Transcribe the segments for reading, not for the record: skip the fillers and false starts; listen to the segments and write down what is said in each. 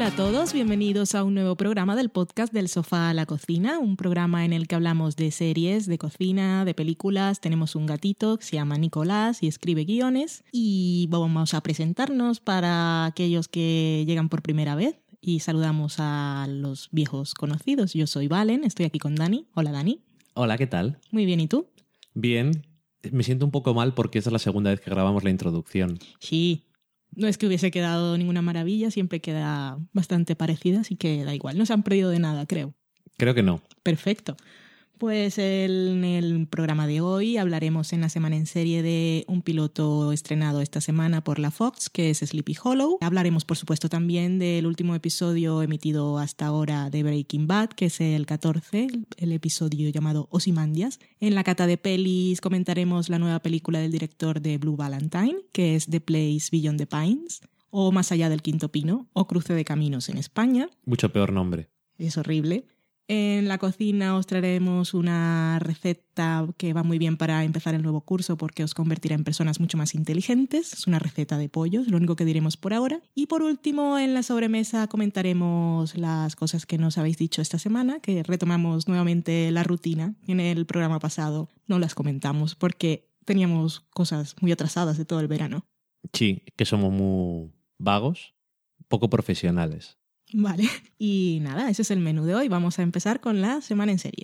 a todos, bienvenidos a un nuevo programa del podcast Del Sofá a la Cocina, un programa en el que hablamos de series, de cocina, de películas. Tenemos un gatito que se llama Nicolás y escribe guiones y vamos a presentarnos para aquellos que llegan por primera vez y saludamos a los viejos conocidos. Yo soy Valen, estoy aquí con Dani. Hola, Dani. Hola, ¿qué tal? Muy bien, ¿y tú? Bien. Me siento un poco mal porque esta es la segunda vez que grabamos la introducción. Sí. No es que hubiese quedado ninguna maravilla, siempre queda bastante parecida, así que da igual. No se han perdido de nada, creo. Creo que no. Perfecto. Pues en el programa de hoy hablaremos en la semana en serie de un piloto estrenado esta semana por la Fox, que es Sleepy Hollow. Hablaremos, por supuesto, también del último episodio emitido hasta ahora de Breaking Bad, que es el 14, el episodio llamado Ozymandias. En la cata de pelis comentaremos la nueva película del director de Blue Valentine, que es The Place Beyond the Pines, o Más allá del quinto pino, o Cruce de caminos en España. Mucho peor nombre. Es horrible. En la cocina os traeremos una receta que va muy bien para empezar el nuevo curso porque os convertirá en personas mucho más inteligentes. Es una receta de pollo, es lo único que diremos por ahora. Y por último, en la sobremesa comentaremos las cosas que nos habéis dicho esta semana, que retomamos nuevamente la rutina. En el programa pasado no las comentamos porque teníamos cosas muy atrasadas de todo el verano. Sí, que somos muy vagos, poco profesionales. Vale, y nada, ese es el menú de hoy. Vamos a empezar con la semana en serie.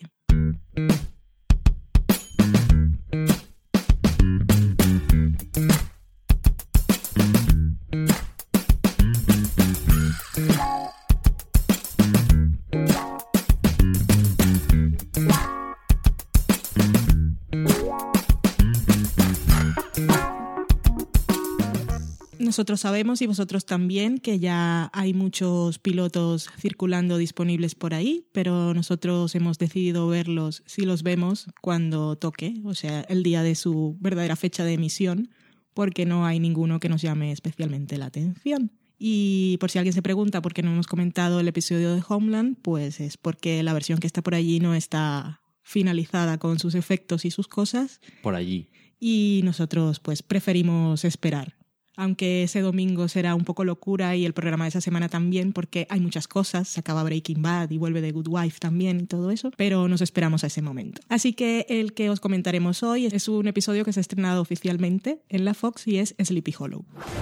Nosotros sabemos y vosotros también que ya hay muchos pilotos circulando disponibles por ahí, pero nosotros hemos decidido verlos si los vemos cuando toque, o sea, el día de su verdadera fecha de emisión, porque no hay ninguno que nos llame especialmente la atención. Y por si alguien se pregunta por qué no hemos comentado el episodio de Homeland, pues es porque la versión que está por allí no está finalizada con sus efectos y sus cosas. Por allí. Y nosotros pues preferimos esperar. Aunque ese domingo será un poco locura y el programa de esa semana también, porque hay muchas cosas, se acaba Breaking Bad y vuelve The Good Wife también y todo eso, pero nos esperamos a ese momento. Así que el que os comentaremos hoy es un episodio que se ha estrenado oficialmente en la Fox y es Sleepy Hollow.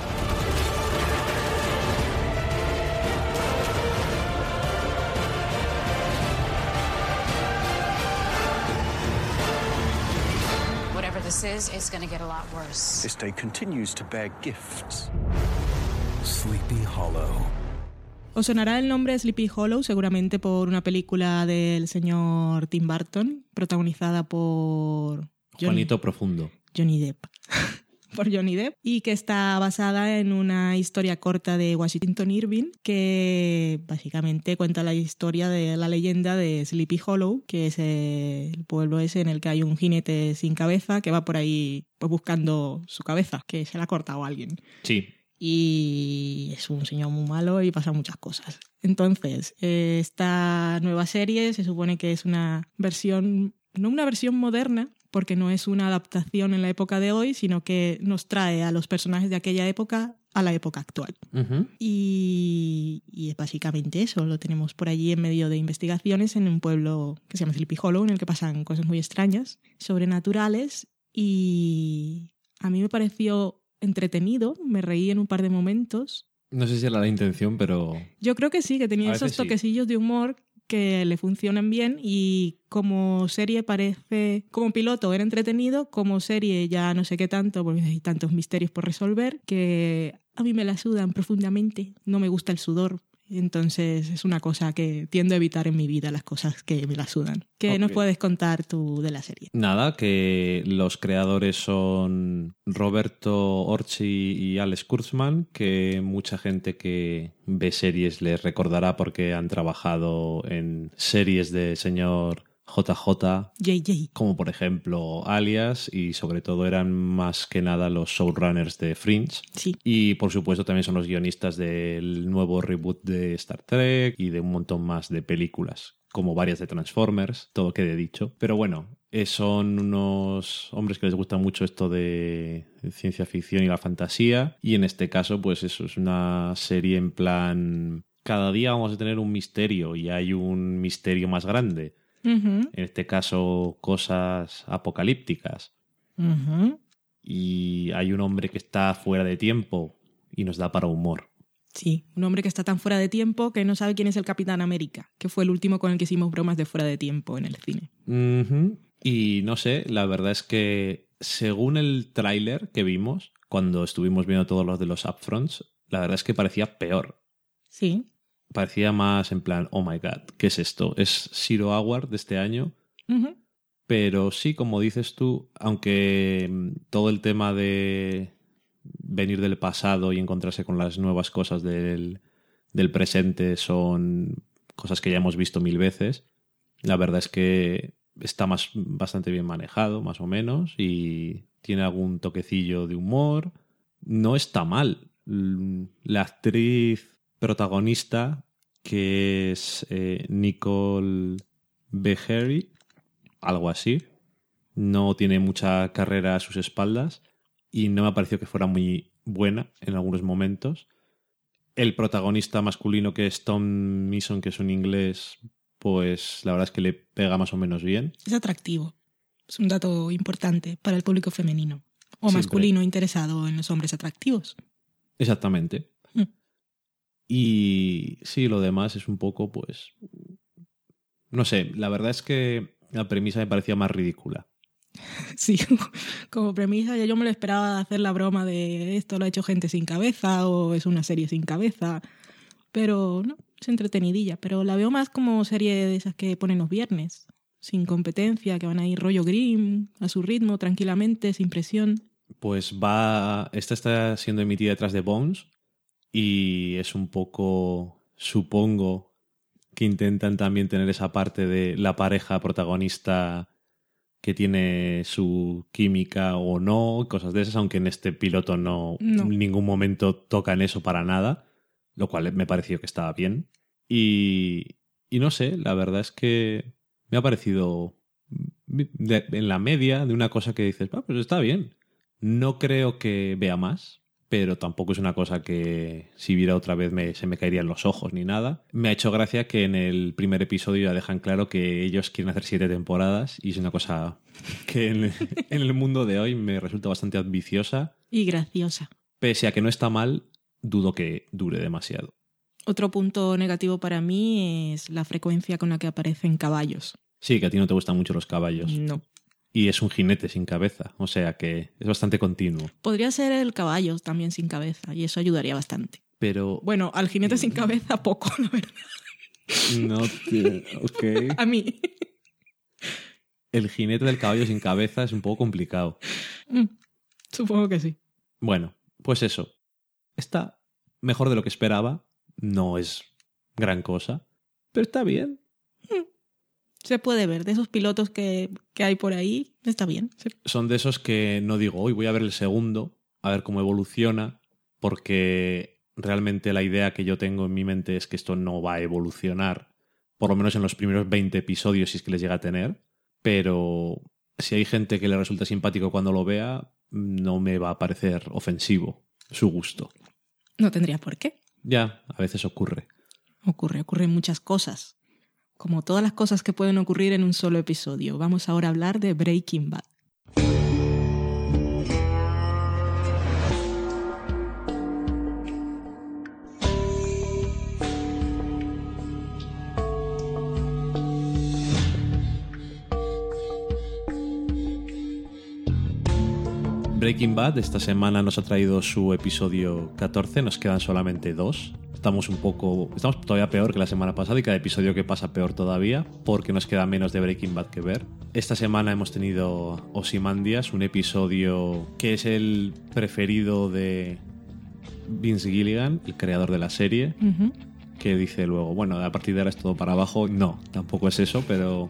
It's going to get a lot worse. This day continues to bear gifts. Sleepy Hollow. Os sonará el nombre Sleepy Hollow seguramente por una película del señor Tim Burton, protagonizada por Juanito Profundo. Johnny Depp. Por Johnny Depp, y que está basada en una historia corta de Washington Irving que básicamente cuenta la historia de la leyenda de Sleepy Hollow, que es el pueblo ese en el que hay un jinete sin cabeza que va por ahí pues buscando su cabeza, que se la ha cortado a alguien. Sí. Y es un señor muy malo y pasan muchas cosas. Entonces, esta nueva serie se supone que es una versión, no una versión moderna, porque no es una adaptación en la época de hoy, sino que nos trae a los personajes de aquella época a la época actual. Uh-huh. Y es básicamente eso. Lo tenemos por allí en medio de investigaciones en un pueblo que se llama Sleepy Hollow, en el que pasan cosas muy extrañas, sobrenaturales, y a mí me pareció entretenido, me reí en un par de momentos. No sé si era la intención, pero... Yo creo que sí, que tenía esos toquecillos de humor que le funcionan bien, y como serie parece, como piloto era entretenido, como serie ya no sé qué tanto, porque hay tantos misterios por resolver que a mí me la sudan profundamente. No me gusta el sudor, entonces es una cosa que tiendo a evitar en mi vida, las cosas que me la sudan. ¿Qué Okay. nos puedes contar tú de la serie? Nada, que los creadores son Roberto Orci y Alex Kurtzman, que mucha gente que ve series les recordará porque han trabajado en series de señor JJ, JJ. como por ejemplo Alias, y sobre todo eran más que nada los showrunners de Fringe. Sí. Y por supuesto también son los guionistas del nuevo reboot de Star Trek y de un montón más de películas, como varias de Transformers, todo quede dicho. Pero bueno, son unos hombres que les gusta mucho esto de ciencia ficción y la fantasía, y en este caso pues eso es una serie en plan cada día vamos a tener un misterio y hay un misterio más grande. Ujú, En este caso, cosas apocalípticas. ujú. Y hay un hombre que está fuera de tiempo y nos da para humor. Sí, un hombre que está tan fuera de tiempo que no sabe quién es el Capitán América, que fue el último con el que hicimos bromas de fuera de tiempo en el cine. Ujú. Y no sé, la verdad es que según el tráiler que vimos, cuando estuvimos viendo todos los de los upfronts, la verdad es que parecía peor. Sí. Parecía más en plan, oh my god, ¿qué es esto? Es Zero Hour de este año. Ujú. Pero sí, como dices tú, aunque todo el tema de venir del pasado y encontrarse con las nuevas cosas del presente son cosas que ya hemos visto 1000 veces, la verdad es que está bastante bien manejado, más o menos, y tiene algún toquecillo de humor. No está mal. La actriz protagonista, que es Nicole Beharie, algo así, no tiene mucha carrera a sus espaldas y no me ha parecido que fuera muy buena en algunos momentos. El protagonista masculino, que es Tom Mason, que es un inglés, pues la verdad es que le pega más o menos bien. Es atractivo. Es un dato importante para el público femenino o Siempre. masculino interesado en los hombres atractivos. Exactamente. Mm. Y sí, lo demás es un poco, pues... No sé, la verdad es que la premisa me parecía más ridícula. Sí, como premisa ya yo me lo esperaba hacer la broma de esto lo ha hecho gente sin cabeza o es una serie sin cabeza, pero no, es entretenidilla, pero la veo más como serie de esas que ponen los viernes, sin competencia, que van a ir rollo Grimm, a su ritmo, tranquilamente, sin presión. Pues esta está siendo emitida detrás de Bones y es un poco, supongo, que intentan también tener esa parte de la pareja protagonista que tiene su química o no, cosas de esas, aunque en este piloto no. En ningún momento tocan eso para nada, lo cual me pareció que estaba bien. Y no sé, la verdad es que me ha parecido en la media de una cosa que dices, pues está bien. No creo que vea más, pero tampoco es una cosa que si viera otra vez se me caerían los ojos ni nada. Me ha hecho gracia que en el primer episodio ya dejan claro que ellos quieren hacer 7 temporadas y es una cosa que en el mundo de hoy me resulta bastante ambiciosa. Y graciosa. Pese a que no está mal, dudo que dure demasiado. Otro punto negativo para mí es la frecuencia con la que aparecen caballos. Sí, que a ti no te gustan mucho los caballos. No. Y es un jinete sin cabeza, o sea que es bastante continuo. Podría ser el caballo también sin cabeza y eso ayudaría bastante. Pero... Bueno, al jinete sin cabeza poco, la verdad. No, ok. A mí. El jinete del caballo sin cabeza es un poco complicado. Supongo que sí. Bueno, pues eso. Está mejor de lo que esperaba. No es gran cosa, pero está bien. Se puede ver, de esos pilotos que hay por ahí, está bien. Sí. Son de esos que no digo, hoy voy a ver el segundo, a ver cómo evoluciona, porque realmente la idea que yo tengo en mi mente es que esto no va a evolucionar, por lo menos en los primeros 20 episodios, si es que les llega a tener, pero si hay gente que le resulta simpático cuando lo vea, no me va a parecer ofensivo su gusto. No tendría por qué. Ya, a veces ocurre. Ocurren muchas cosas. Como todas las cosas que pueden ocurrir en un solo episodio. Vamos ahora a hablar de Breaking Bad. Breaking Bad esta semana nos ha traído su episodio 14, nos quedan solamente 2. Estamos todavía peor que la semana pasada y cada episodio que pasa peor todavía porque nos queda menos de Breaking Bad que ver. Esta semana hemos tenido Ozymandias, un episodio que es el preferido de Vince Gilligan, el creador de la serie, que dice luego, bueno, a partir de ahora es todo para abajo. No, tampoco es eso, pero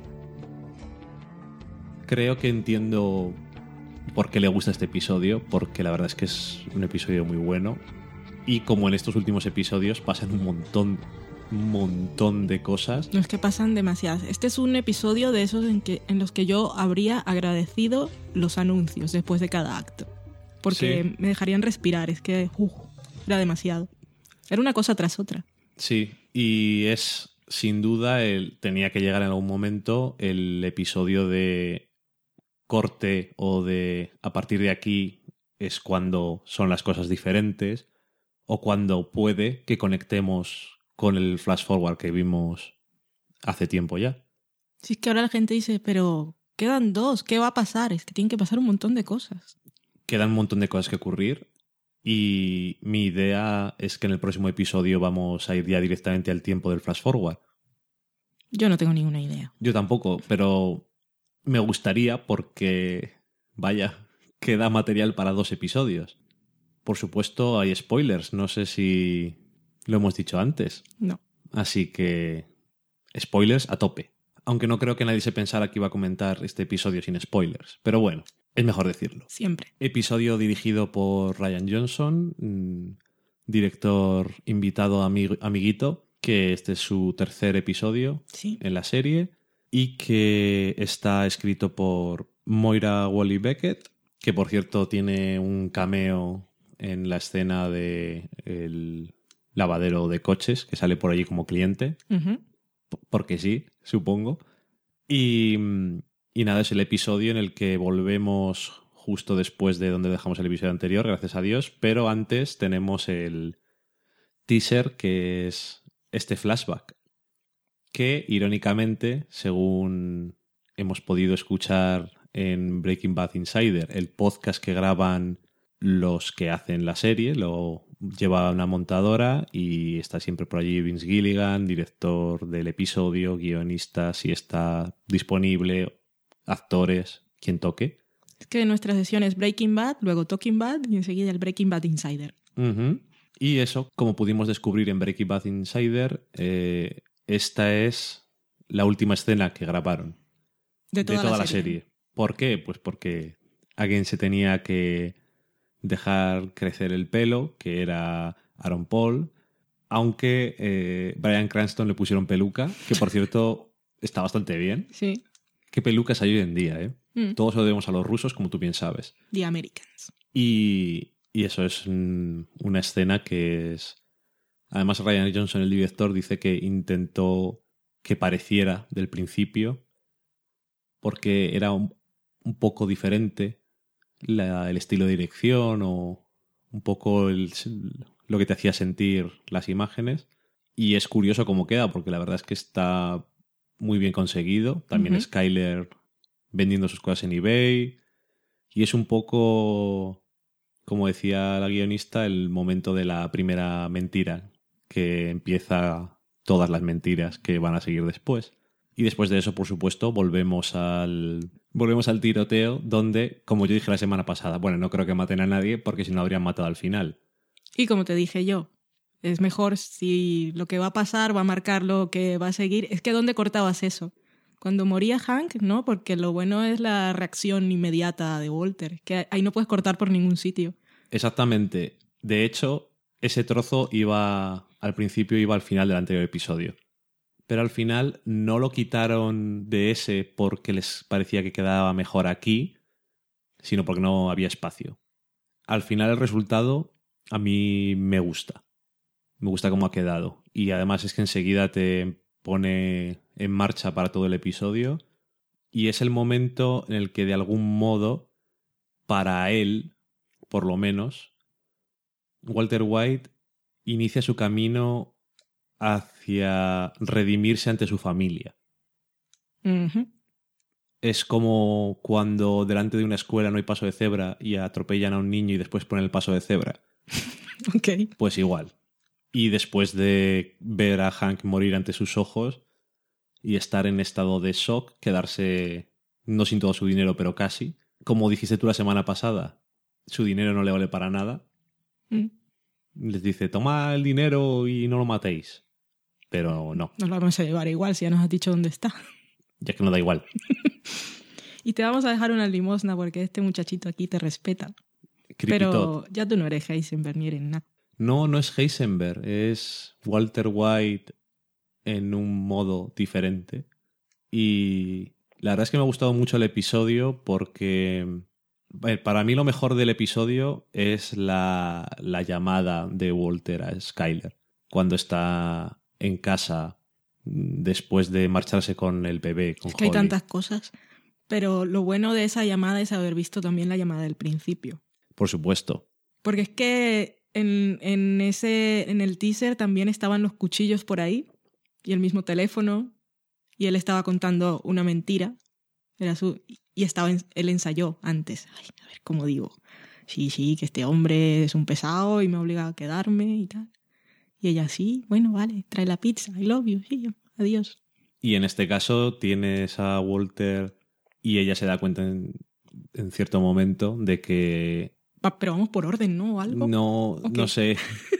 creo que entiendo por qué le gusta este episodio, porque la verdad es que es un episodio muy bueno. Y como en estos últimos episodios pasan un montón de cosas. No es que pasan demasiadas. Este es un episodio de esos en los que yo habría agradecido los anuncios después de cada acto. Porque sí, me dejarían respirar. Es que era demasiado. Era una cosa tras otra. Sí, Y es, sin duda, tenía que llegar en algún momento el episodio de corte o de a partir de aquí es cuando son las cosas diferentes o cuando puede que conectemos con el flash forward que vimos hace tiempo ya. Si es que ahora la gente dice, pero quedan 2, ¿qué va a pasar? Es que tienen que pasar un montón de cosas. Quedan un montón de cosas que ocurrir y mi idea es que en el próximo episodio vamos a ir ya directamente al tiempo del flash forward. Yo no tengo ninguna idea. Yo tampoco, pero me gustaría porque, vaya, queda material para 2 episodios. Por supuesto, hay spoilers. No sé si lo hemos dicho antes. No. Así que spoilers a tope. Aunque no creo que nadie se pensara que iba a comentar este episodio sin spoilers. Pero bueno, es mejor decirlo. Siempre. Episodio dirigido por Rian Johnson, director invitado amiguito, que este es su 3er episodio en la serie y que está escrito por Moira Walley-Beckett, que por cierto tiene un cameo en la escena de el lavadero de coches, que sale por allí como cliente. Uh-huh. Porque sí, supongo. Y nada, es el episodio en el que volvemos justo después de donde dejamos el episodio anterior, gracias a Dios, pero antes tenemos el teaser, que es este flashback, que irónicamente, según hemos podido escuchar en Breaking Bad Insider, el podcast que graban los que hacen la serie, lo lleva una montadora y está siempre por allí Vince Gilligan, director del episodio, guionista, si está disponible, actores, quien toque. Es que nuestra sesión es Breaking Bad, luego Talking Bad y enseguida el Breaking Bad Insider. Uh-huh. Y eso, como pudimos descubrir en Breaking Bad Insider, esta es la última escena que grabaron de toda la serie. ¿Por qué? Pues porque alguien se tenía que dejar crecer el pelo, que era Aaron Paul, aunque Bryan Cranston le pusieron peluca, que por cierto está bastante bien. Sí. ¿Qué pelucas hay hoy en día, eh? Todos lo debemos a los rusos, como tú bien sabes. The Americans. Y eso es una escena que es... Además, Rian Johnson, el director, dice que intentó que pareciera del principio porque era un poco diferente el estilo de dirección o un poco lo que te hacía sentir las imágenes. Y es curioso cómo queda, porque la verdad es que está muy bien conseguido. También Skyler vendiendo sus cosas en eBay. Y es un poco, como decía la guionista, el momento de la primera mentira, que empieza todas las mentiras que van a seguir después. Y después de eso, por supuesto, volvemos al tiroteo, donde, como yo dije la semana pasada, bueno, no creo que maten a nadie porque si no habrían matado al final. Y como te dije yo, es mejor si lo que va a pasar va a marcar lo que va a seguir. Es que ¿dónde cortabas eso? Cuando moría Hank, ¿no? Porque lo bueno es la reacción inmediata de Walter, que ahí no puedes cortar por ningún sitio. Exactamente. De hecho, ese trozo al principio iba al final del anterior episodio. Pero al final no lo quitaron de ese porque les parecía que quedaba mejor aquí, sino porque no había espacio. Al final el resultado a mí me gusta. Me gusta cómo ha quedado. Y además es que enseguida te pone en marcha para todo el episodio. Y es el momento en el que de algún modo, para él, por lo menos, Walter White inicia su camino hacia redimirse ante su familia. Uh-huh. Es como cuando delante de una escuela no hay paso de cebra y atropellan a un niño y después ponen el paso de cebra. Ok. Pues igual. Y después de ver a Hank morir ante sus ojos y estar en estado de shock, quedarse no sin todo su dinero, pero casi. Como dijiste tú la semana pasada, su dinero no le vale para nada. Les dice, toma el dinero y no lo matéis. Pero no. Nos lo vamos a llevar igual si ya nos has dicho dónde está. Ya que no da igual. Y te vamos a dejar una limosna porque este muchachito aquí te respeta. Creepy Pero Todd. ya tú no eres Heisenberg ni eres nada. No es Heisenberg. Es Walter White en un modo diferente. Y la verdad es que me ha gustado mucho el episodio porque... Para mí lo mejor del episodio es la llamada de Walter a Skyler cuando está en casa después de marcharse con el bebé, con Es que hay Holly. tantas cosas. Pero lo bueno de esa llamada es haber visto también la llamada del principio. Por supuesto. Porque es que en el teaser también estaban los cuchillos por ahí y el mismo teléfono y él estaba contando una mentira. Y él ensayó antes. Ay, a ver cómo digo. Sí, que este hombre es un pesado y me obliga a quedarme y tal. Y ella, sí, bueno, vale, trae la pizza, I love you, sí, adiós. Y en este caso tienes a Walter y ella se da cuenta en cierto momento de que... Pero vamos por orden, ¿no? ¿O algo? No, Okay. no sé.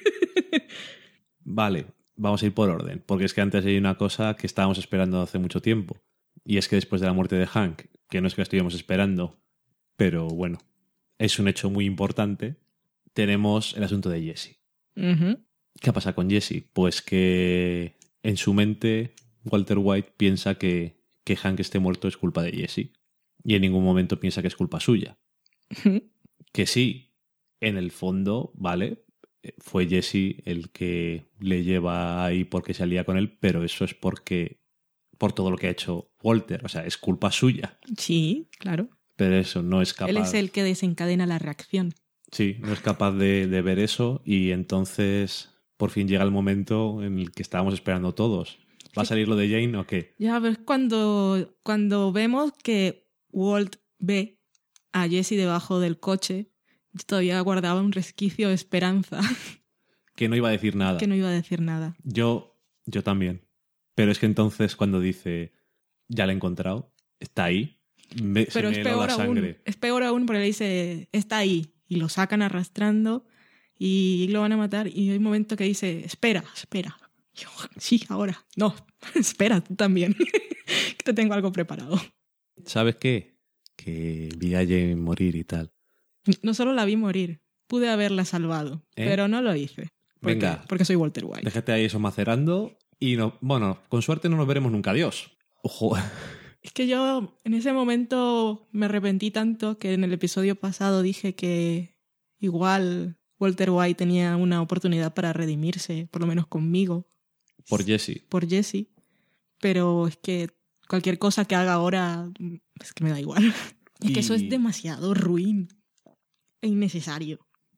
Vale, vamos a ir por orden, porque es que antes hay una cosa que estábamos esperando hace mucho tiempo. Y es que después de la muerte de Hank, que no es que la estuviéramos esperando, pero bueno, es un hecho muy importante, tenemos el asunto de Jesse. Uh-huh. ¿Qué pasa con Jesse? Pues que en su mente Walter White piensa que Hank esté muerto es culpa de Jesse. Y en ningún momento piensa que es culpa suya. Uh-huh. Que sí, en el fondo, vale, fue Jesse el que le lleva ahí porque se alía con él, pero eso es por todo lo que ha hecho Walter. O sea, es culpa suya. Sí, claro. Pero eso no es capaz... Él es el que desencadena la reacción. Sí, no es capaz de ver eso y entonces por fin llega el momento en el que estábamos esperando todos. ¿Va a salir lo de Jane o qué? Ya ves cuando vemos que Walt ve a Jesse debajo del coche, todavía guardaba un resquicio de esperanza. Que no iba a decir nada. Que no iba a decir nada. Yo también. Pero es que entonces cuando dice, ya la he encontrado, está ahí, pero se me heló la sangre. Es peor aún porque le dice, está ahí, y lo sacan arrastrando y lo van a matar y hay un momento que dice, espera. Yo, sí, ahora. No, espera, tú también. Que te tengo algo preparado. ¿Sabes qué? Que vi a Jane morir y tal. No solo la vi morir, pude haberla salvado, pero no lo hice. Venga. Porque soy Walter White. Déjate ahí eso macerando y no, bueno, con suerte no nos veremos nunca. Adiós. Ojo. Es que yo en ese momento me arrepentí tanto que en el episodio pasado dije que igual Walter White tenía una oportunidad para redimirse, por lo menos conmigo. Por Jesse. Por Jesse. Pero es que cualquier cosa que haga ahora es que me da igual. Es que eso es demasiado ruin e innecesario.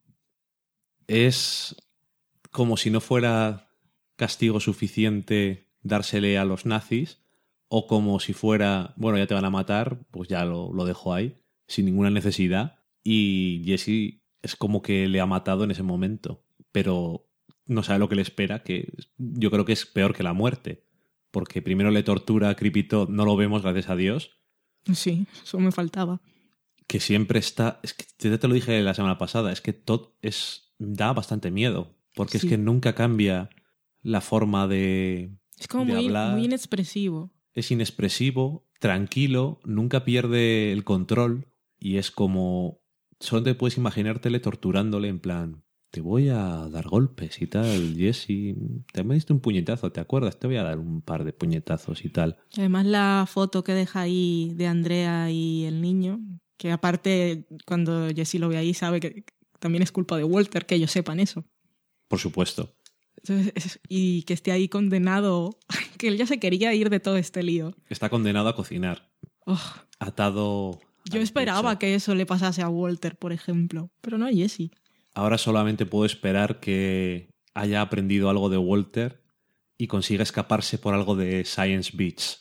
Es como si no fuera castigo suficiente dársele a los nazis, o como si fuera, bueno, ya te van a matar, pues ya lo dejo ahí, sin ninguna necesidad. Y Jesse es como que le ha matado en ese momento, pero no sabe lo que le espera, que yo creo que es peor que la muerte. Porque primero le tortura a Creepy Todd, no lo vemos, gracias a Dios. Sí, eso me faltaba. Que siempre está... Es que ya te lo dije la semana pasada, es que Todd da bastante miedo, porque Sí. es que nunca cambia la forma de Es como de muy, hablar. muy inexpresivo. Es inexpresivo, tranquilo, nunca pierde el control y es como... Solo te puedes imaginártele torturándole en plan... Te voy a dar golpes y tal, Jesse. Te me diste un puñetazo, ¿te acuerdas? Te voy a dar un par de puñetazos y tal. Además la foto que deja ahí de Andrea y el niño, que aparte cuando Jesse lo ve ahí sabe que también es culpa de Walter que ellos sepan eso. Por supuesto. Entonces, y que esté ahí condenado, que él ya se quería ir de todo este lío. Está condenado a cocinar. Oh, Atado... yo al esperaba techo. que eso le pasase a Walter, por ejemplo, pero no a Jesse. Ahora solamente puedo esperar que haya aprendido algo de Walter y consiga escaparse por algo de Science Beach.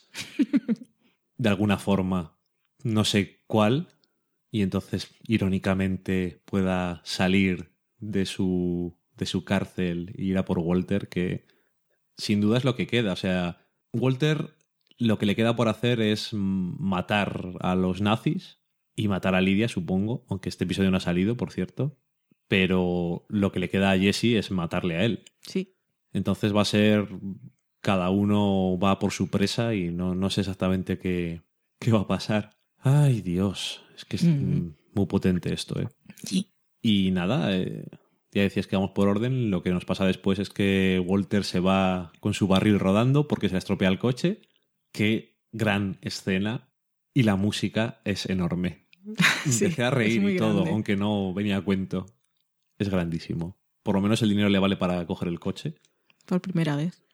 De alguna forma. No sé cuál. Y entonces, irónicamente, pueda salir de su cárcel e ir a por Walter, que sin duda es lo que queda. O sea, Walter lo que le queda por hacer es matar a los nazis y matar a Lydia, supongo, aunque este episodio no ha salido, por cierto. Pero lo que le queda a Jesse es matarle a él. Sí. Entonces va a ser... Cada uno va por su presa y no sé exactamente qué va a pasar. Ay, Dios. Es que es muy potente esto, ¿eh? Sí. Y nada, ya decías que vamos por orden. Lo que nos pasa después es que Walter se va con su barril rodando porque se le estropea el coche. Qué gran escena. Y la música es enorme. Sí, Empecé a reír es muy y todo, grande. aunque no venía a cuento. Es grandísimo. Por lo menos el dinero le vale para coger el coche. Por primera vez.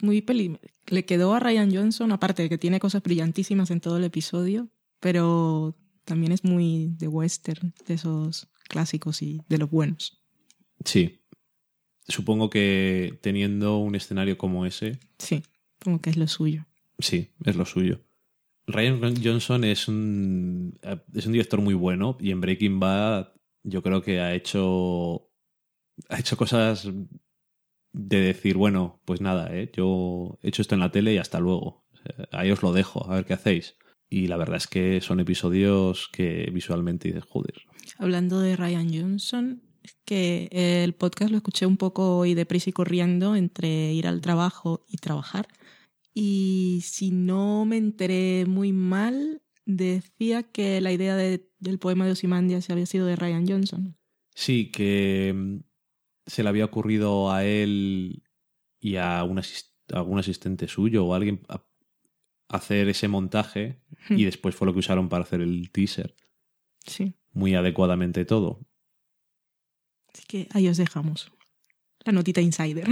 Le quedó a Rian Johnson, aparte de que tiene cosas brillantísimas en todo el episodio, pero también es muy de western, de esos clásicos y de los buenos. Sí. Supongo que teniendo un escenario como ese... Sí, como que es lo suyo. Sí, es lo suyo. Rian Johnson es un director muy bueno y en Breaking Bad yo creo que ha hecho cosas de decir, bueno, pues nada, yo he hecho esto en la tele y hasta luego. O sea, ahí os lo dejo, a ver qué hacéis. Y la verdad es que son episodios que visualmente dices, joder. Hablando de Rian Johnson, es que el podcast lo escuché un poco hoy deprisa y corriendo entre ir al trabajo y trabajar. Y si no me enteré muy mal, decía que la idea del poema de Ozymandias había sido de Rian Johnson. Sí, que se le había ocurrido a él y a algún asistente suyo o alguien hacer ese montaje y después fue lo que usaron para hacer el teaser. Sí. Muy adecuadamente todo. Así que ahí os dejamos. La notita insider.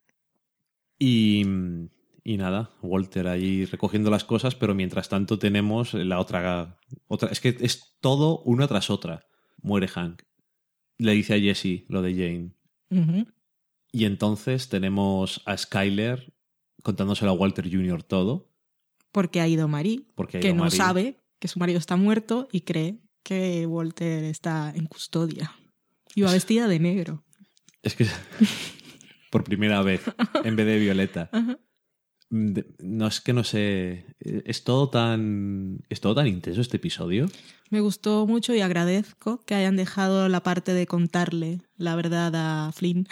Y nada, Walter ahí recogiendo las cosas, pero mientras tanto tenemos la otra. Es que es todo una tras otra. Muere Hank. Le dice a Jesse lo de Jane. Uh-huh. Y entonces tenemos a Skyler contándoselo a Walter Jr. todo. Porque ha ido Marie, que no sabe que su marido está muerto y cree que Walter está en custodia. Y va vestida de negro. Es que por primera vez, en vez de Violeta. Uh-huh. No es que no sé. Es todo tan intenso este episodio. Me gustó mucho y agradezco que hayan dejado la parte de contarle la verdad a Flynn,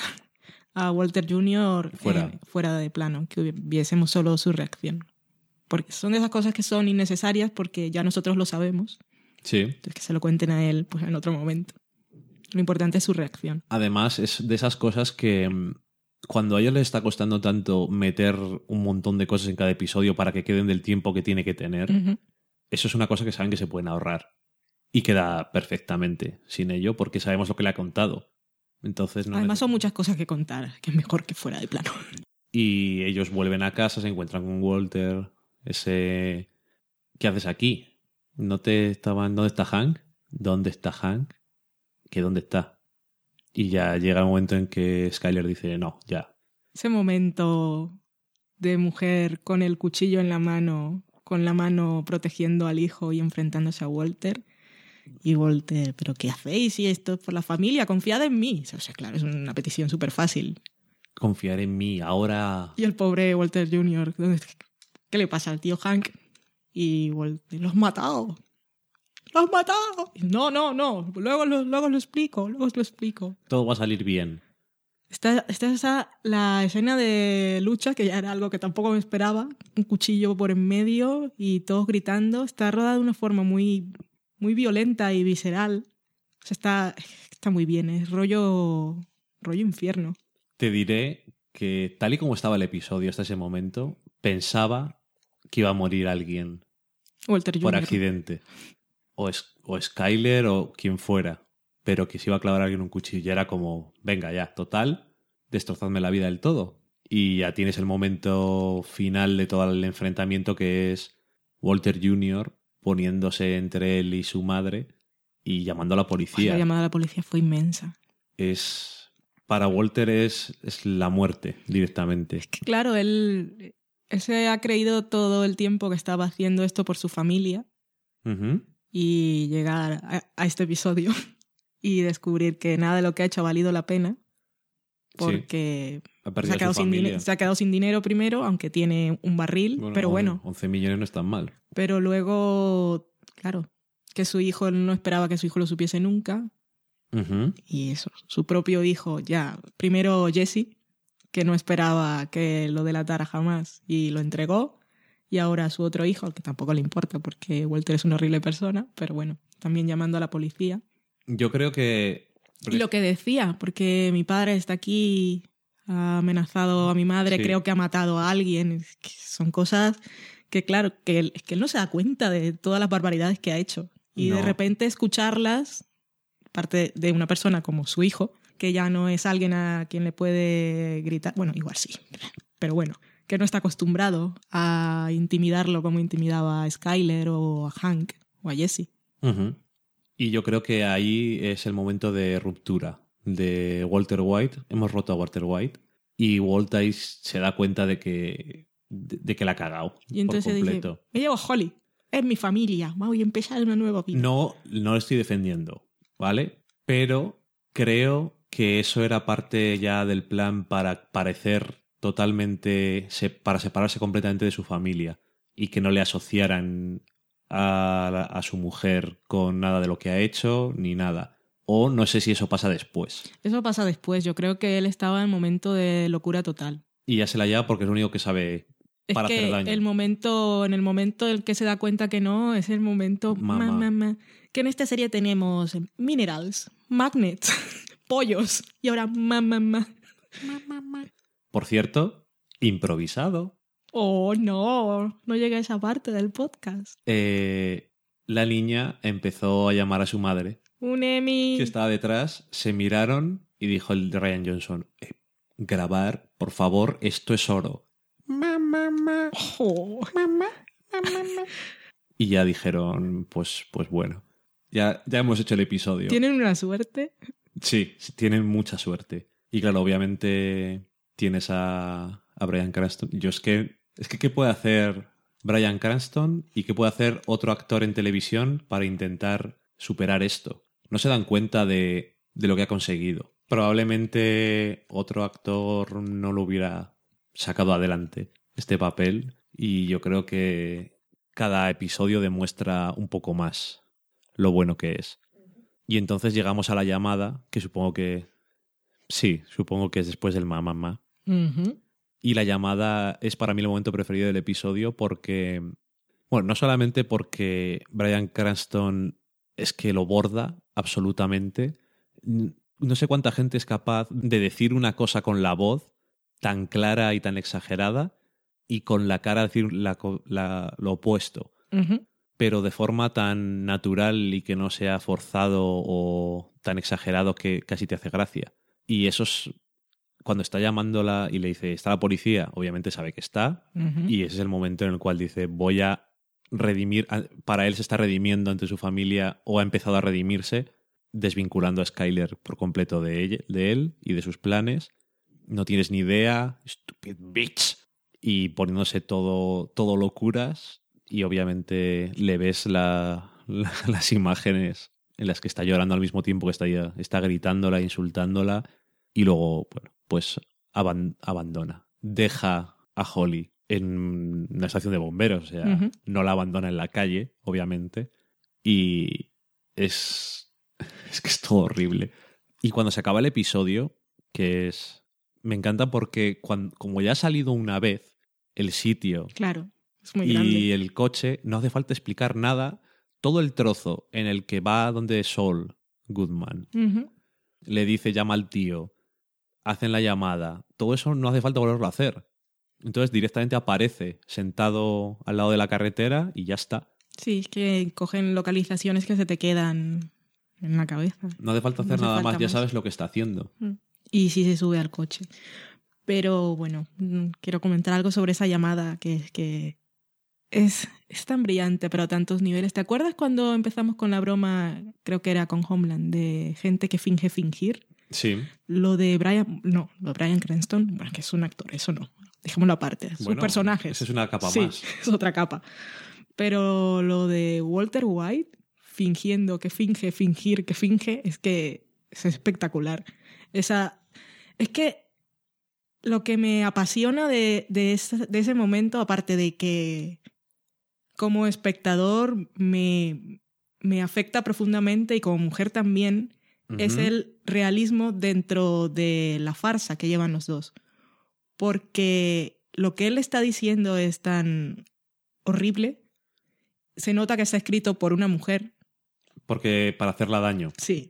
a Walter Jr. Fuera de plano, que viésemos solo su reacción. Porque son de esas cosas que son innecesarias porque ya nosotros lo sabemos. Sí. Entonces que se lo cuenten a él pues en otro momento. Lo importante es su reacción. Además, es de esas cosas que cuando a ellos les está costando tanto meter un montón de cosas en cada episodio para que queden del tiempo que tiene que tener, Uh-huh. eso es una cosa que saben que se pueden ahorrar. Y queda perfectamente sin ello porque sabemos lo que le ha contado. Entonces, Además son muchas cosas que contar, que es mejor que fuera de plano. Y ellos vuelven a casa, se encuentran con Walter. ¿Qué haces aquí? ¿Dónde está Hank? ¿Dónde está Hank? ¿Qué dónde está? Y ya llega el momento en que Skyler dice, no, ya. Ese momento de mujer con el cuchillo en la mano, con la mano protegiendo al hijo y enfrentándose a Walter. Y Walter, ¿pero qué hacéis? Y esto es por la familia, confiad en mí. O sea, claro, es una petición súper fácil. Confiar en mí, ahora... Y el pobre Walter Jr., ¿qué le pasa al tío Hank? Y Walter, ¡lo has matado! ¡Lo has matado! No. Luego lo explico. Todo va a salir bien. Esta es la escena de lucha, que ya era algo que tampoco me esperaba. Un cuchillo por en medio y todos gritando. Está rodada de una forma muy, muy violenta y visceral. O sea, está muy bien. Es rollo infierno. Te diré que tal y como estaba el episodio hasta ese momento, pensaba que iba a morir alguien Walter Jr. por accidente. O Skyler o quien fuera. Pero que se iba a clavar a alguien un cuchillo. Ya era como, venga ya, total, destrozadme la vida del todo. Y ya tienes el momento final de todo el enfrentamiento, que es Walter Jr. poniéndose entre él y su madre y llamando a la policía. La llamada a la policía fue inmensa. Para Walter es la muerte directamente. Es que claro, él se ha creído todo el tiempo que estaba haciendo esto por su familia. Uh-huh. Y llegar a este episodio y descubrir que nada de lo que ha hecho ha valido la pena porque sí, se ha quedado sin dinero primero, aunque tiene un barril, pero bueno. 11 millones no es tan mal. Pero luego, claro, que su hijo no esperaba que su hijo lo supiese nunca. Uh-huh. Y eso, su propio hijo, ya, primero Jesse, que no esperaba que lo delatara jamás y lo entregó. Y ahora su otro hijo, que tampoco le importa porque Walter es una horrible persona, pero bueno, también llamando a la policía. Yo creo que... Y lo que decía, porque mi padre está aquí, ha amenazado a mi madre, sí. Creo que ha matado a alguien. Que son cosas que, claro, que él no se da cuenta de todas las barbaridades que ha hecho. Y de repente escucharlas, parte de una persona como su hijo, que ya no es alguien a quien le puede gritar, bueno, igual sí, pero bueno, que no está acostumbrado a intimidarlo como intimidaba a Skyler o a Hank o a Jesse. Uh-huh. Y yo creo que ahí es el momento de ruptura de Walter White. Hemos roto a Walter White y Walt ahí se da cuenta de que la ha cagado y entonces por completo. Dice, me llevo Holly, es mi familia, voy a empezar una nueva vida. No lo estoy defendiendo, ¿vale? Pero creo que eso era parte ya del plan para parecer totalmente, para separarse completamente de su familia y que no le asociaran a su mujer con nada de lo que ha hecho ni nada. O no sé si eso pasa después. Eso pasa después. Yo creo que él estaba en momento de locura total. Y ya se la lleva porque es lo único que sabe para hacer daño. En el momento en el que se da cuenta que no, es el momento que en esta serie tenemos minerals, magnets, pollos y ahora Por cierto, improvisado. Oh, no llega a esa parte del podcast. La niña empezó a llamar a su madre. Un Emmy. Que estaba detrás, se miraron y dijo el de Ryan Johnson, grabar, por favor, esto es oro. Mamá. Oh. Mamá. Y ya dijeron, pues bueno, ya hemos hecho el episodio. ¿Tienen una suerte? Sí, tienen mucha suerte. Y claro, obviamente tienes a Bryan Cranston. Yo es que ¿qué puede hacer Bryan Cranston y qué puede hacer otro actor en televisión para intentar superar esto? No se dan cuenta de lo que ha conseguido. Probablemente otro actor no lo hubiera sacado adelante este papel y yo creo que cada episodio demuestra un poco más lo bueno que es. Y entonces llegamos a la llamada, que supongo que es después del mamá. Uh-huh. Y la llamada es para mí el momento preferido del episodio porque, bueno, no solamente porque Bryan Cranston es que lo borda absolutamente. No sé cuánta gente es capaz de decir una cosa con la voz tan clara y tan exagerada y con la cara decir lo opuesto. Uh-huh. Pero de forma tan natural y que no sea forzado o tan exagerado que casi te hace gracia. Y eso es cuando está llamándola y le dice, ¿está la policía? Obviamente sabe que está. Uh-huh. Y ese es el momento en el cual dice, voy a redimir. Para él se está redimiendo ante su familia o ha empezado a redimirse, desvinculando a Skyler por completo de él y de sus planes. No tienes ni idea, stupid bitch. Y poniéndose todo locuras. Y obviamente le ves las imágenes en las que está llorando al mismo tiempo que está gritándola, insultándola. Y luego, bueno, pues abandona. Deja a Holly en una estación de bomberos. O sea, uh-huh. No la abandona en la calle, obviamente. Y es que es todo horrible. Y cuando se acaba el episodio, me encanta porque como ya ha salido una vez el sitio... Claro. Es muy grande. Y el coche, no hace falta explicar nada. Todo el trozo en el que va donde Saul Goodman uh-huh. le dice, llama al tío, hacen la llamada. Todo eso no hace falta volverlo a hacer. Entonces directamente aparece sentado al lado de la carretera y ya está. Sí, es que cogen localizaciones que se te quedan en la cabeza. No hace falta hacer nada más, ya sabes lo que está haciendo. Y sí se sube al coche. Pero bueno, quiero comentar algo sobre esa llamada que es tan brillante, pero a tantos niveles. ¿Te acuerdas cuando empezamos con la broma, creo que era con Homeland, de gente que finge fingir? Sí. Lo de Bryan Cranston, bueno, que es un actor, eso no. Dejémoslo aparte. Sus personajes. Esa es una capa sí, más. Es otra capa. Pero lo de Walter White, fingiendo que finge, fingir que finge, es que es espectacular. Es que lo que me apasiona de ese momento, aparte de que como espectador me afecta profundamente y como mujer también, uh-huh. es el realismo dentro de la farsa que llevan los dos. Porque lo que él está diciendo es tan horrible. Se nota que está escrito por una mujer. Porque para hacerla daño. Sí.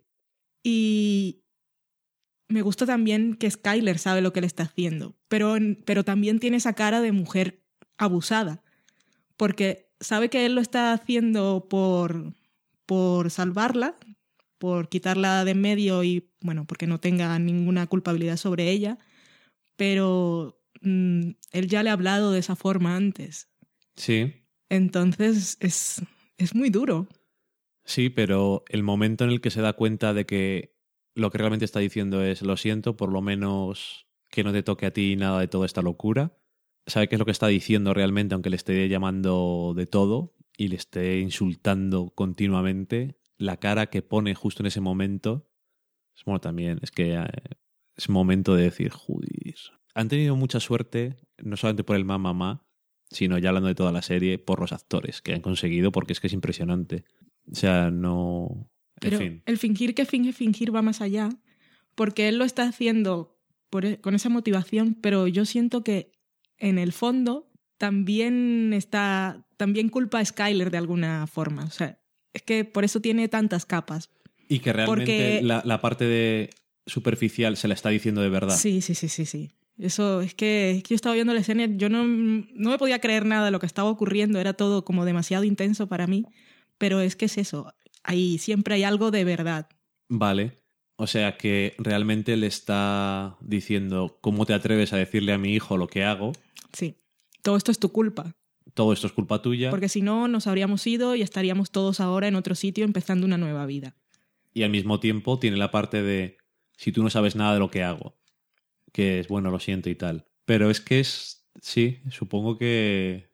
Y me gusta también que Skyler sabe lo que él está haciendo. Pero también tiene esa cara de mujer abusada. Porque sabe que él lo está haciendo por salvarla, por quitarla de en medio y, bueno, porque no tenga ninguna culpabilidad sobre ella, pero él ya le ha hablado de esa forma antes. Sí. Entonces es muy duro. Sí, pero el momento en el que se da cuenta de que lo que realmente está diciendo es lo siento, por lo menos que no te toque a ti nada de toda esta locura. Sabe qué es lo que está diciendo realmente, aunque le esté llamando de todo y le esté insultando continuamente. La cara que pone justo en ese momento, bueno, también es que es momento de decir, joder. Han tenido mucha suerte, no solamente por el mamá, sino ya hablando de toda la serie, por los actores que han conseguido, porque es que es impresionante. O sea, no... Pero en fin. el fingir que finge fingir va más allá, porque él lo está haciendo con esa motivación, pero yo siento que en el fondo también culpa a Skyler de alguna forma. O sea, es que por eso tiene tantas capas. Y que realmente porque... la parte de superficial se la está diciendo de verdad. Sí. Eso es que yo estaba viendo la escena, yo no me podía creer nada de lo que estaba ocurriendo, era todo como demasiado intenso para mí, pero es que es eso, siempre hay algo de verdad. Vale, o sea que realmente le está diciendo, ¿cómo te atreves a decirle a mi hijo lo que hago? Sí, todo esto es tu culpa. Todo esto es culpa tuya. Porque si no, nos habríamos ido y estaríamos todos ahora en otro sitio empezando una nueva vida. Y al mismo tiempo tiene la parte de, si tú no sabes nada de lo que hago, que es, bueno, lo siento y tal. Pero es que sí, supongo que...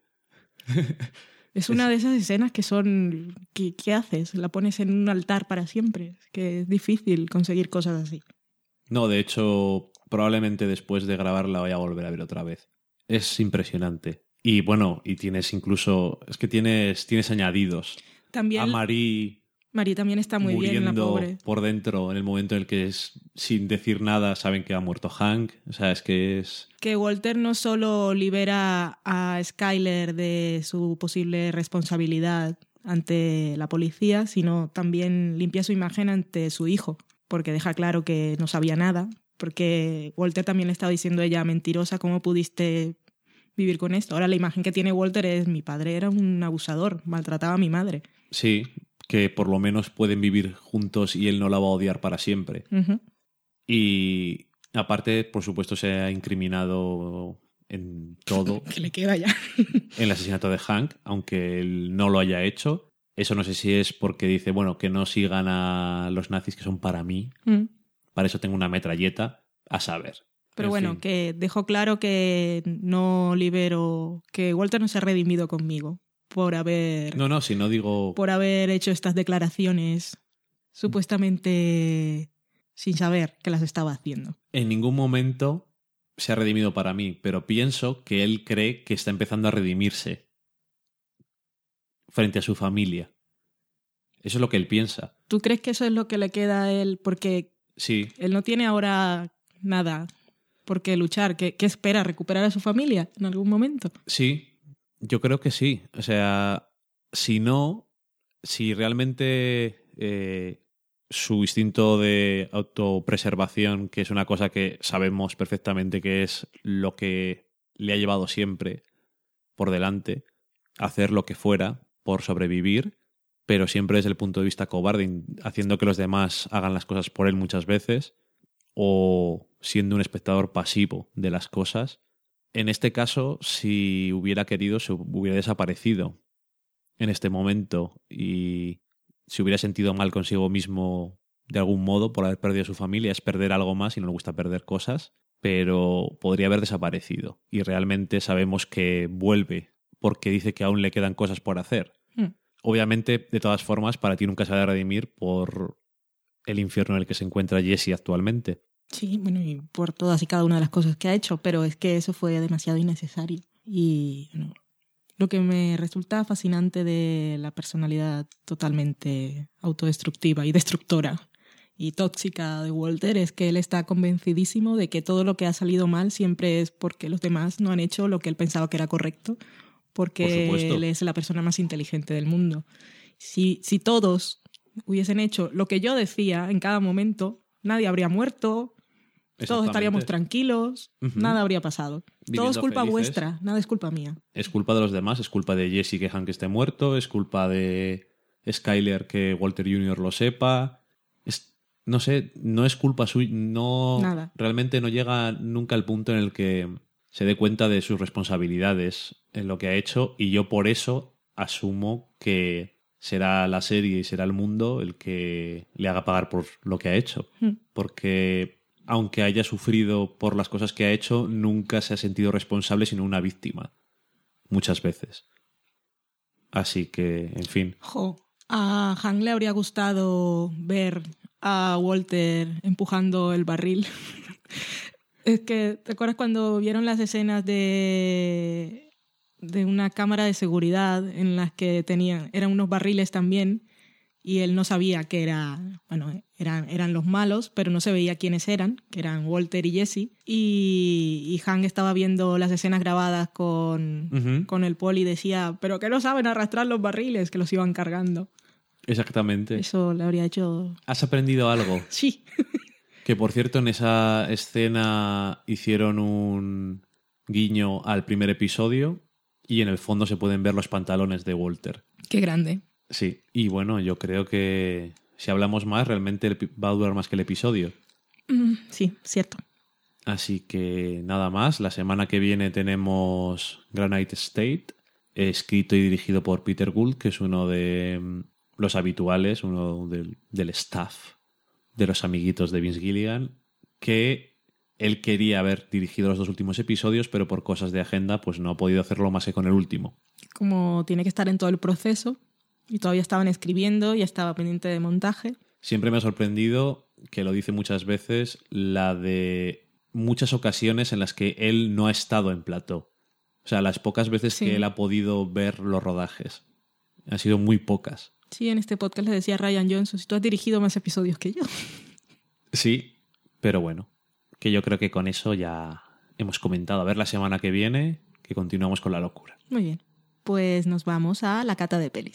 Es una de esas escenas que son... ¿Qué haces? ¿La pones en un altar para siempre? Es que es difícil conseguir cosas así. No, de hecho, probablemente después de grabarla vaya a volver a ver otra vez. Es impresionante. Y bueno, y tienes incluso... Es que tienes añadidos. También... A Marie también está muy bien, la pobre. Por dentro en el momento en el que sin decir nada saben que ha muerto Hank. O sea, es que es... Que Walter no solo libera a Skyler de su posible responsabilidad ante la policía, sino también limpia su imagen ante su hijo, porque deja claro que no sabía nada, porque Walter también le estaba diciendo a ella, mentirosa, ¿cómo pudiste vivir con esto? Ahora la imagen que tiene Walter es, mi padre era un abusador, maltrataba a mi madre. Sí, que por lo menos pueden vivir juntos y él no la va a odiar para siempre. Uh-huh. Y aparte, por supuesto, se ha incriminado en todo. Que le queda ya. En el asesinato de Hank, aunque él no lo haya hecho. Eso no sé si es porque dice, bueno, que no sigan a los nazis que son para mí. Para eso tengo una metralleta, a saber. Pero en bueno, fin. que dejó claro que no libero, que Walter no se ha redimido conmigo por haber... No, si no digo... Por haber hecho estas declaraciones supuestamente sin saber que las estaba haciendo. En ningún momento se ha redimido para mí, pero pienso que él cree que está empezando a redimirse frente a su familia. Eso es lo que él piensa. ¿Tú crees que eso es lo que le queda a él? Porque sí. Él no tiene ahora nada por qué luchar. ¿Qué espera? ¿Recuperar a su familia en algún momento? Sí, yo creo que sí. O sea, si realmente su instinto de autopreservación, que es una cosa que sabemos perfectamente que es lo que le ha llevado siempre por delante, hacer lo que fuera por sobrevivir, pero siempre desde el punto de vista cobarde, haciendo que los demás hagan las cosas por él muchas veces, o siendo un espectador pasivo de las cosas. En este caso, si hubiera querido, se hubiera desaparecido en este momento y se hubiera sentido mal consigo mismo de algún modo por haber perdido a su familia. Es perder algo más y no le gusta perder cosas, pero podría haber desaparecido. Y realmente sabemos que vuelve porque dice que aún le quedan cosas por hacer. Obviamente, de todas formas, para ti nunca se va a redimir por el infierno en el que se encuentra Jesse actualmente. Sí, bueno, y por todas y cada una de las cosas que ha hecho, pero es que eso fue demasiado innecesario. Y bueno, lo que me resulta fascinante de la personalidad totalmente autodestructiva y destructora y tóxica de Walter es que él está convencidísimo de que todo lo que ha salido mal siempre es porque los demás no han hecho lo que él pensaba que era correcto, porque él es la persona más inteligente del mundo. Si todos hubiesen hecho lo que yo decía en cada momento, nadie habría muerto, todos estaríamos tranquilos, nada habría pasado. Viviendo todo es culpa felices. vuestra, nada es culpa mía. Es culpa de los demás, es culpa de Jesse que Hank esté muerto, es culpa de Skyler que Walter Jr. lo sepa. No sé, no es culpa suya, no, nada. Realmente no llega nunca al punto en el que se dé cuenta de sus responsabilidades en lo que ha hecho, y yo por eso asumo que será la serie y será el mundo el que le haga pagar por lo que ha hecho. Porque aunque haya sufrido por las cosas que ha hecho, nunca se ha sentido responsable sino una víctima. Muchas veces. Así que, en fin. A Hank le habría gustado ver a Walter empujando el barril. Es que, ¿te acuerdas cuando vieron las escenas de una cámara de seguridad en las que eran unos barriles también, y él no sabía que eran los malos, pero no se veía quiénes eran, que eran Walter y Jesse, y Hank estaba viendo las escenas grabadas con el poli y decía, pero que no saben arrastrar los barriles, que los iban cargando. Exactamente. Eso le habría hecho... ¿Has aprendido algo? Sí. Que, por cierto, en esa escena hicieron un guiño al primer episodio y en el fondo se pueden ver los pantalones de Walter. Qué grande. Sí, y bueno, yo creo que si hablamos más, realmente va a durar más que el episodio. Sí, cierto. Así que nada más, la semana que viene tenemos Granite State, escrito y dirigido por Peter Gould, que es uno de los habituales, uno del staff de los amiguitos de Vince Gilligan, que él quería haber dirigido los 2 últimos episodios, pero por cosas de agenda pues no ha podido hacerlo más que con el último. Como tiene que estar en todo el proceso, y todavía estaban escribiendo, ya estaba pendiente de montaje. Siempre me ha sorprendido, que lo dice muchas veces, la de muchas ocasiones en las que él no ha estado en plató. O sea, las pocas veces que él ha podido ver los rodajes. Han sido muy pocas. Sí, en este podcast le decía a Ryan Johnson, si tú has dirigido más episodios que yo. Sí, pero bueno, que yo creo que con eso ya hemos comentado. A ver la semana que viene, que continuamos con la locura. Muy bien, pues nos vamos a la cata de pelis.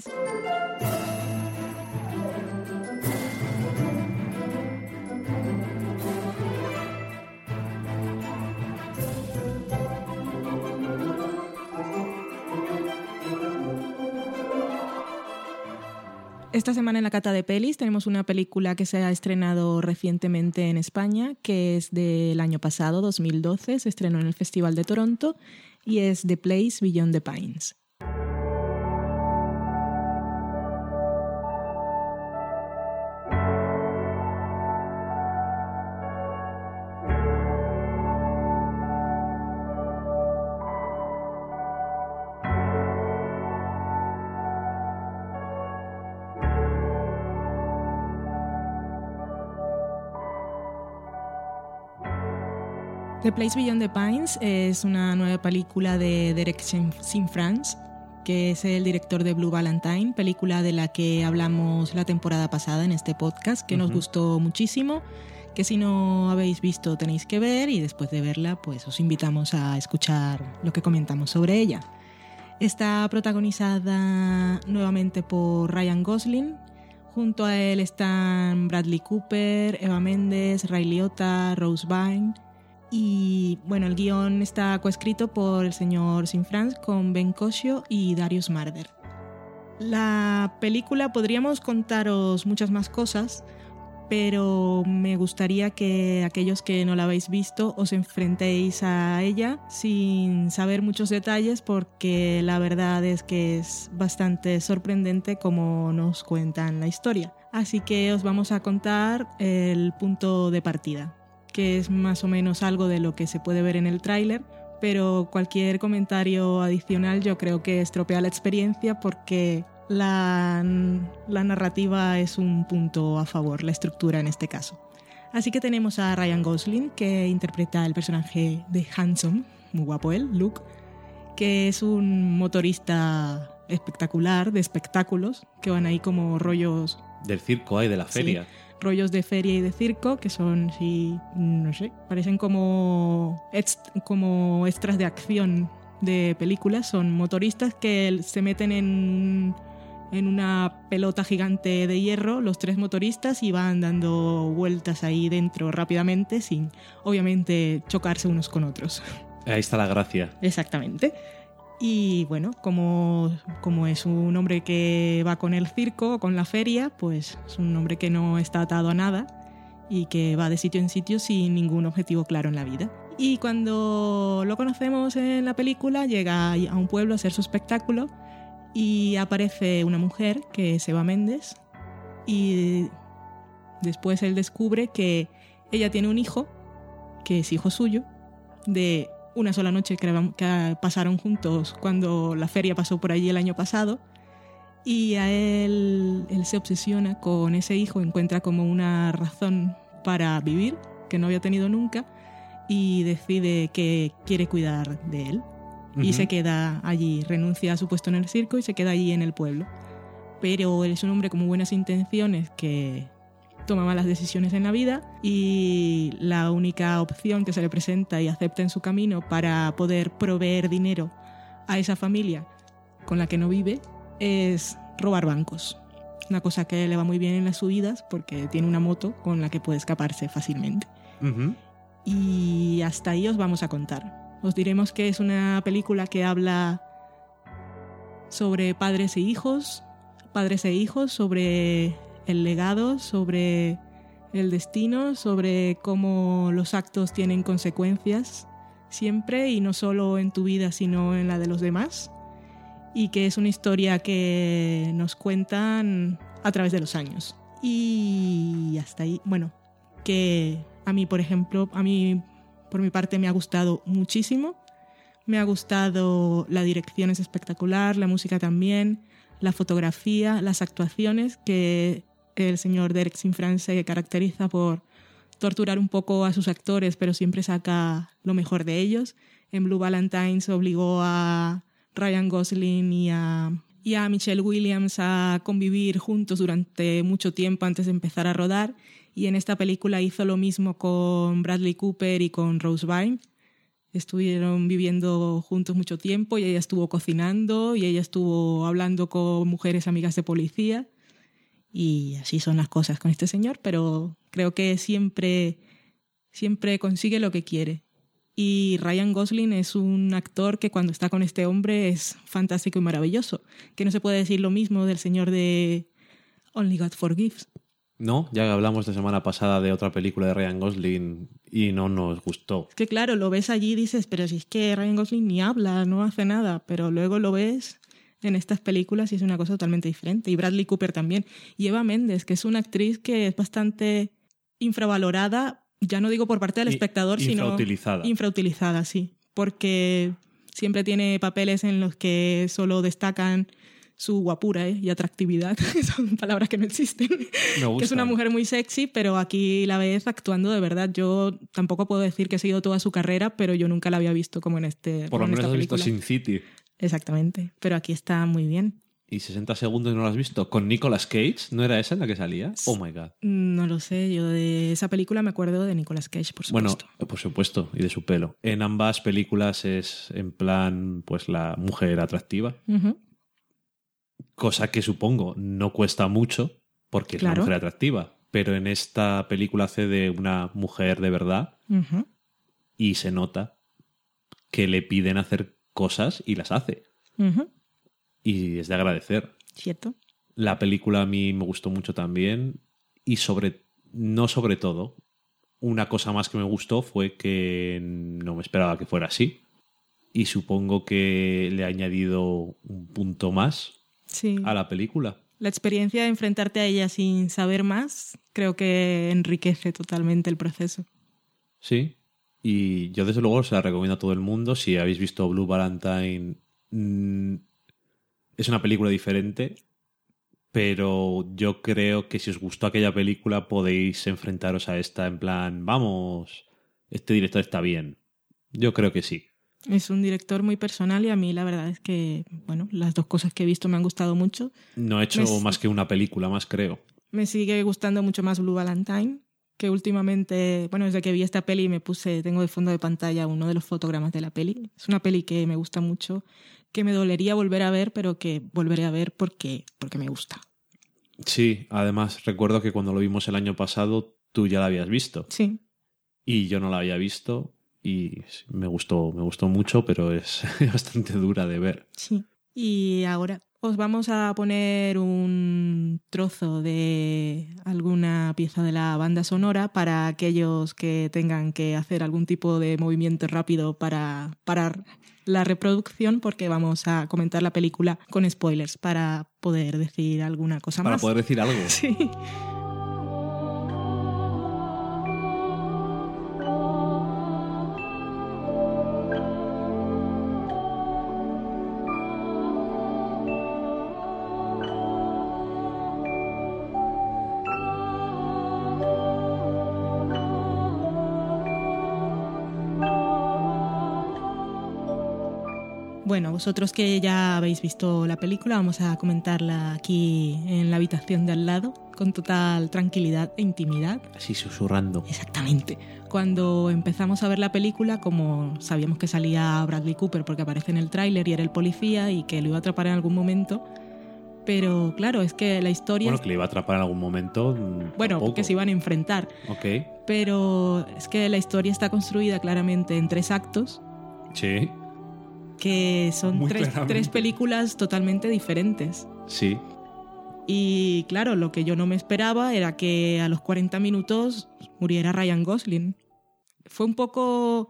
Esta semana en la cata de pelis tenemos una película que se ha estrenado recientemente en España, que es del año pasado, 2012, se estrenó en el Festival de Toronto, y es The Place Beyond the Pines. The Place Beyond the Pines es una nueva película de Derek Cianfrance, que es el director de Blue Valentine, película de la que hablamos la temporada pasada en este podcast, que nos gustó muchísimo, que si no habéis visto tenéis que ver, y después de verla pues os invitamos a escuchar lo que comentamos sobre ella. Está protagonizada nuevamente por Ryan Gosling. Junto a él están Bradley Cooper, Eva Mendes, Ray Liotta, Rose Byrne. Y bueno, el guión está coescrito por el señor Cianfrance con Ben Cosio y Darius Marder. La película, podríamos contaros muchas más cosas, pero me gustaría que aquellos que no la habéis visto os enfrentéis a ella sin saber muchos detalles, porque la verdad es que es bastante sorprendente como nos cuentan la historia. Así que os vamos a contar el punto de partida, que es más o menos algo de lo que se puede ver en el tráiler, pero cualquier comentario adicional yo creo que estropea la experiencia, porque la narrativa es un punto a favor, la estructura en este caso. Así que tenemos a Ryan Gosling, que interpreta el personaje de Handsome, muy guapo él, Luke, que es un motorista espectacular, de espectáculos, que van ahí como rollos... Del circo y de la feria. Sí, rollos de feria y de circo, que son, sí, no sé, parecen como extras de acción de películas. Son motoristas que se meten en una pelota gigante de hierro, los 3 motoristas, y van dando vueltas ahí dentro rápidamente, sin obviamente chocarse unos con otros. Ahí está la gracia. Exactamente. Y bueno, como es un hombre que va con el circo, con la feria, pues es un hombre que no está atado a nada y que va de sitio en sitio sin ningún objetivo claro en la vida. Y cuando lo conocemos en la película, llega a un pueblo a hacer su espectáculo y aparece una mujer que es Eva Méndez y después él descubre que ella tiene un hijo, que es hijo suyo, de una sola noche que pasaron juntos cuando la feria pasó por allí el año pasado. Y a él se obsesiona con ese hijo, encuentra como una razón para vivir que no había tenido nunca y decide que quiere cuidar de él. Y se queda allí, renuncia a su puesto en el circo y se queda allí en el pueblo. Pero él es un hombre con muy buenas intenciones que toma malas decisiones en la vida y la única opción que se le presenta y acepta en su camino para poder proveer dinero a esa familia con la que no vive es robar bancos. Una cosa que le va muy bien en las subidas porque tiene una moto con la que puede escaparse fácilmente. Y hasta ahí os vamos a contar. Os diremos que es una película que habla sobre padres e hijos, sobre el legado, sobre el destino, sobre cómo los actos tienen consecuencias siempre y no solo en tu vida sino en la de los demás, y que es una historia que nos cuentan a través de los años. Y hasta ahí, bueno, que a mí, por ejemplo, por mi parte me ha gustado muchísimo. Me ha gustado, la dirección es espectacular, la música también, la fotografía, las actuaciones, que el señor Derek Cianfrance se caracteriza por torturar un poco a sus actores, pero siempre saca lo mejor de ellos. En Blue Valentines obligó a Ryan Gosling y a Michelle Williams a convivir juntos durante mucho tiempo antes de empezar a rodar. Y en esta película hizo lo mismo con Bradley Cooper y con Rose Byrne. Estuvieron viviendo juntos mucho tiempo y ella estuvo cocinando y ella estuvo hablando con mujeres amigas de policía. Y así son las cosas con este señor, pero creo que siempre consigue lo que quiere. Y Ryan Gosling es un actor que cuando está con este hombre es fantástico y maravilloso. Que no se puede decir lo mismo del señor de Only God Forgives. No, ya hablamos la semana pasada de otra película de Ryan Gosling y no nos gustó. Es que claro, lo ves allí y dices, pero si es que Ryan Gosling ni habla, no hace nada, pero luego lo ves en estas películas y es una cosa totalmente diferente. Y Bradley Cooper también. Y Eva Méndez, que es una actriz que es bastante infravalorada, ya no digo por parte del espectador, sino infrautilizada, sí. Porque siempre tiene papeles en los que solo destacan su guapura y atractividad, son palabras que no existen. Que es una mujer muy sexy, pero aquí la ves actuando de verdad. Yo tampoco puedo decir que he seguido toda su carrera, pero yo nunca la había visto como en Por lo menos has visto Sin City. Exactamente, pero aquí está muy bien. ¿Y 60 segundos no lo has visto? ¿Con Nicolas Cage? ¿No era esa en la que salía? Oh my God. No lo sé, yo de esa película me acuerdo de Nicolas Cage, por supuesto. Bueno, por supuesto, y de su pelo. En ambas películas es en plan, pues la mujer atractiva. Cosa que supongo no cuesta mucho porque es una mujer atractiva. Pero en esta película hace de una mujer de verdad y se nota que le piden hacer cosas y las hace. Y es de agradecer. Cierto. La película a mí me gustó mucho también y no sobre todo, una cosa más que me gustó fue que no me esperaba que fuera así y supongo que le ha añadido un punto más a la película. La experiencia de enfrentarte a ella sin saber más creo que enriquece totalmente el proceso. Sí, y yo desde luego se la recomiendo a todo el mundo. Si habéis visto Blue Valentine, es una película diferente, pero yo creo que si os gustó aquella película podéis enfrentaros a esta en plan, vamos, este director está bien. Yo creo que sí. Es un director muy personal y a mí la verdad es que, bueno, las dos cosas que he visto me han gustado mucho. No he hecho más que una película más, creo. Me sigue gustando mucho más Blue Valentine, que últimamente, bueno, desde que vi esta peli tengo de fondo de pantalla uno de los fotogramas de la peli. Es una peli que me gusta mucho, que me dolería volver a ver, pero que volveré a ver porque me gusta. Sí, además recuerdo que cuando lo vimos el año pasado tú ya la habías visto. Sí. Y yo no la había visto y me gustó mucho, pero es bastante dura de ver. Sí. Y ahora os vamos a poner un trozo de alguna pieza de la banda sonora para aquellos que tengan que hacer algún tipo de movimiento rápido para parar la reproducción, porque vamos a comentar la película con spoilers para poder decir alguna cosa más. Para poder decir algo. Sí. Bueno, vosotros que ya habéis visto la película, vamos a comentarla aquí en la habitación de al lado, con total tranquilidad e intimidad. Así susurrando. Exactamente. Cuando empezamos a ver la película, como sabíamos que salía Bradley Cooper porque aparece en el tráiler y era el policía y que lo iba a atrapar en algún momento, pero claro, es que la historia... Bueno, que le iba a atrapar en algún momento. Bueno, tampoco. que se iban a enfrentar. Ok. Pero es que la historia está construida claramente en 3 actos. Sí. Que son Muy 3 claramente. películas totalmente diferentes. Sí. Y claro, lo que yo no me esperaba era que a los 40 minutos muriera Ryan Gosling. Es un poco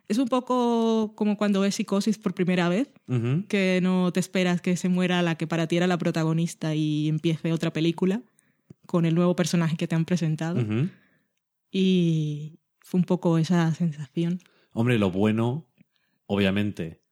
como cuando ves Psicosis por primera vez, Ujú. que no te esperas que se muera la que para ti era la protagonista y empiece otra película con el nuevo personaje que te han presentado. Ujú. Y fue un poco esa sensación. Hombre, lo bueno, obviamente,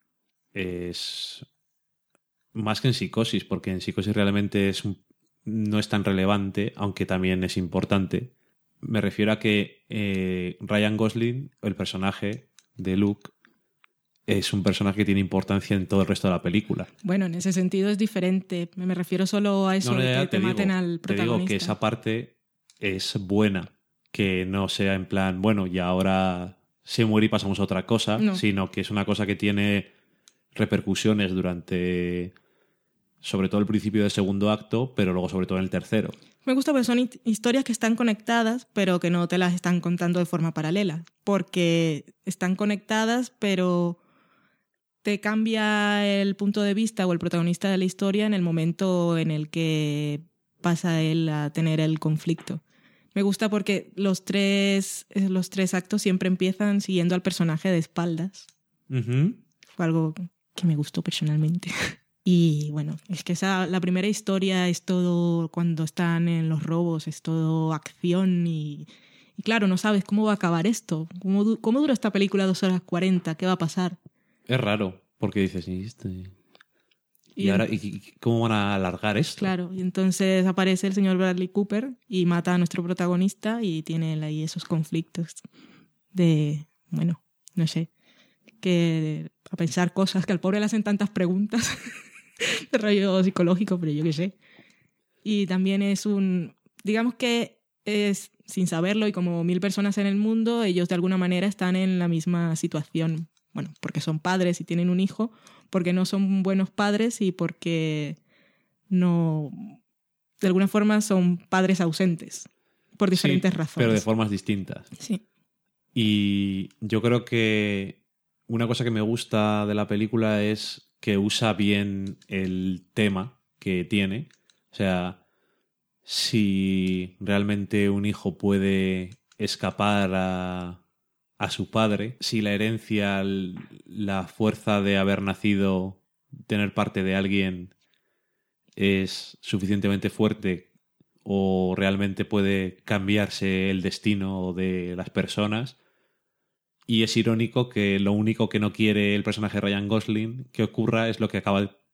es más que en Psicosis, porque en Psicosis realmente no es tan relevante, aunque también es importante. Me refiero a que Ryan Gosling, el personaje de Luke, es un personaje que tiene importancia en todo el resto de la película. Bueno, en ese sentido es diferente. Me refiero solo a eso, No, de ya que te maten al te protagonista. digo que esa parte es buena, que no sea en plan, bueno, y ahora se muere y pasamos a otra cosa, No. sino que es una cosa que tiene repercusiones durante, sobre todo el principio del segundo acto, pero luego sobre todo en el tercero. Me gusta porque son historias que están conectadas, pero que no te las están contando de forma paralela. Porque están conectadas, pero te cambia el punto de vista o el protagonista de la historia en el momento en el que pasa él a tener el conflicto. Me gusta porque los tres actos siempre empiezan siguiendo al personaje de espaldas. Ujú. Fue algo que me gustó personalmente. Y bueno, es que la primera historia es todo, cuando están en los robos, es todo acción y claro, no sabes cómo va a acabar esto. ¿Cómo dura esta película 2 horas 40? ¿Qué va a pasar? Es raro, porque dices, ¿y esto? Y ahora y cómo van a alargar esto? Claro, y entonces aparece el señor Bradley Cooper y mata a nuestro protagonista y tiene él ahí esos conflictos de, bueno, no sé, que a pensar cosas, que al pobre le hacen tantas preguntas de rollo psicológico, pero yo qué sé. Y también digamos que es, sin saberlo, y como 1000 personas en el mundo, ellos de alguna manera están en la misma situación. Bueno, porque son padres y tienen un hijo, porque no son buenos padres y porque no, de alguna forma son padres ausentes, por diferentes razones. Pero de formas distintas. Sí. Y yo creo que una cosa que me gusta de la película es que usa bien el tema que tiene. O sea, si realmente un hijo puede escapar a su padre, si la herencia, la fuerza de haber nacido, tener parte de alguien es suficientemente fuerte o realmente puede cambiarse el destino de las personas. Y es irónico que lo único que no quiere el personaje de Ryan Gosling que ocurra es lo que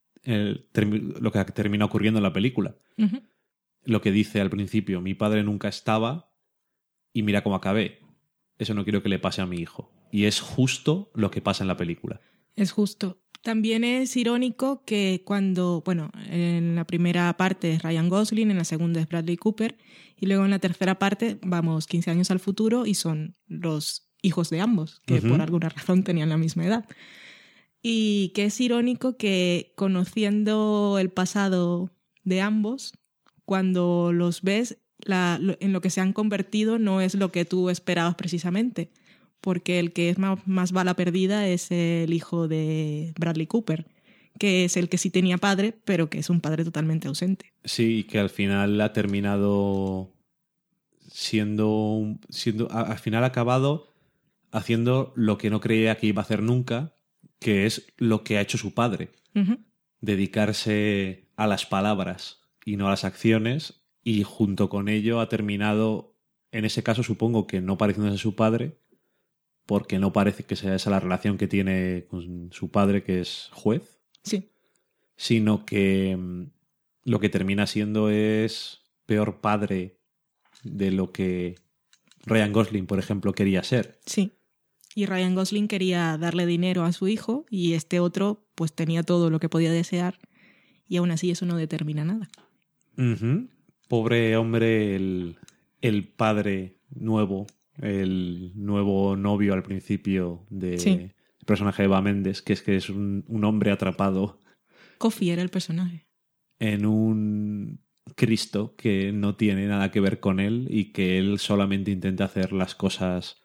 lo que termina ocurriendo en la película. Uh-huh. Lo que dice al principio, mi padre nunca estaba y mira cómo acabé. Eso no quiero que le pase a mi hijo. Y es justo lo que pasa en la película. Es justo. También es irónico que cuando, bueno, en la primera parte es Ryan Gosling, en la segunda es Bradley Cooper, y luego en la tercera parte vamos 15 años al futuro y son los hijos de ambos, que Uh-huh. por alguna razón tenían la misma edad. Y que es irónico que conociendo el pasado de ambos, cuando los ves, en lo que se han convertido no es lo que tú esperabas precisamente, porque el que es más bala perdida es el hijo de Bradley Cooper, que es el que sí tenía padre, pero que es un padre totalmente ausente. Sí, y que al final ha terminado al final ha acabado haciendo lo que no creía que iba a hacer nunca, que es lo que ha hecho su padre. Ujú. Dedicarse a las palabras y no a las acciones, y junto con ello ha terminado, en ese caso supongo que no pareciéndose a su padre, porque no parece que sea esa la relación que tiene con su padre, que es juez, Sí, sino que lo que termina siendo es peor padre de lo que Ryan Gosling, por ejemplo, quería ser. sí. Y Ryan Gosling quería darle dinero a su hijo y este otro pues tenía todo lo que podía desear y aún así eso no determina nada. Ujú. Pobre hombre, el padre nuevo, el nuevo novio al principio de Sí. el personaje de Eva Méndez, que es un hombre atrapado Coffee era el personaje. en un Cristo que no tiene nada que ver con él y que él solamente intenta hacer las cosas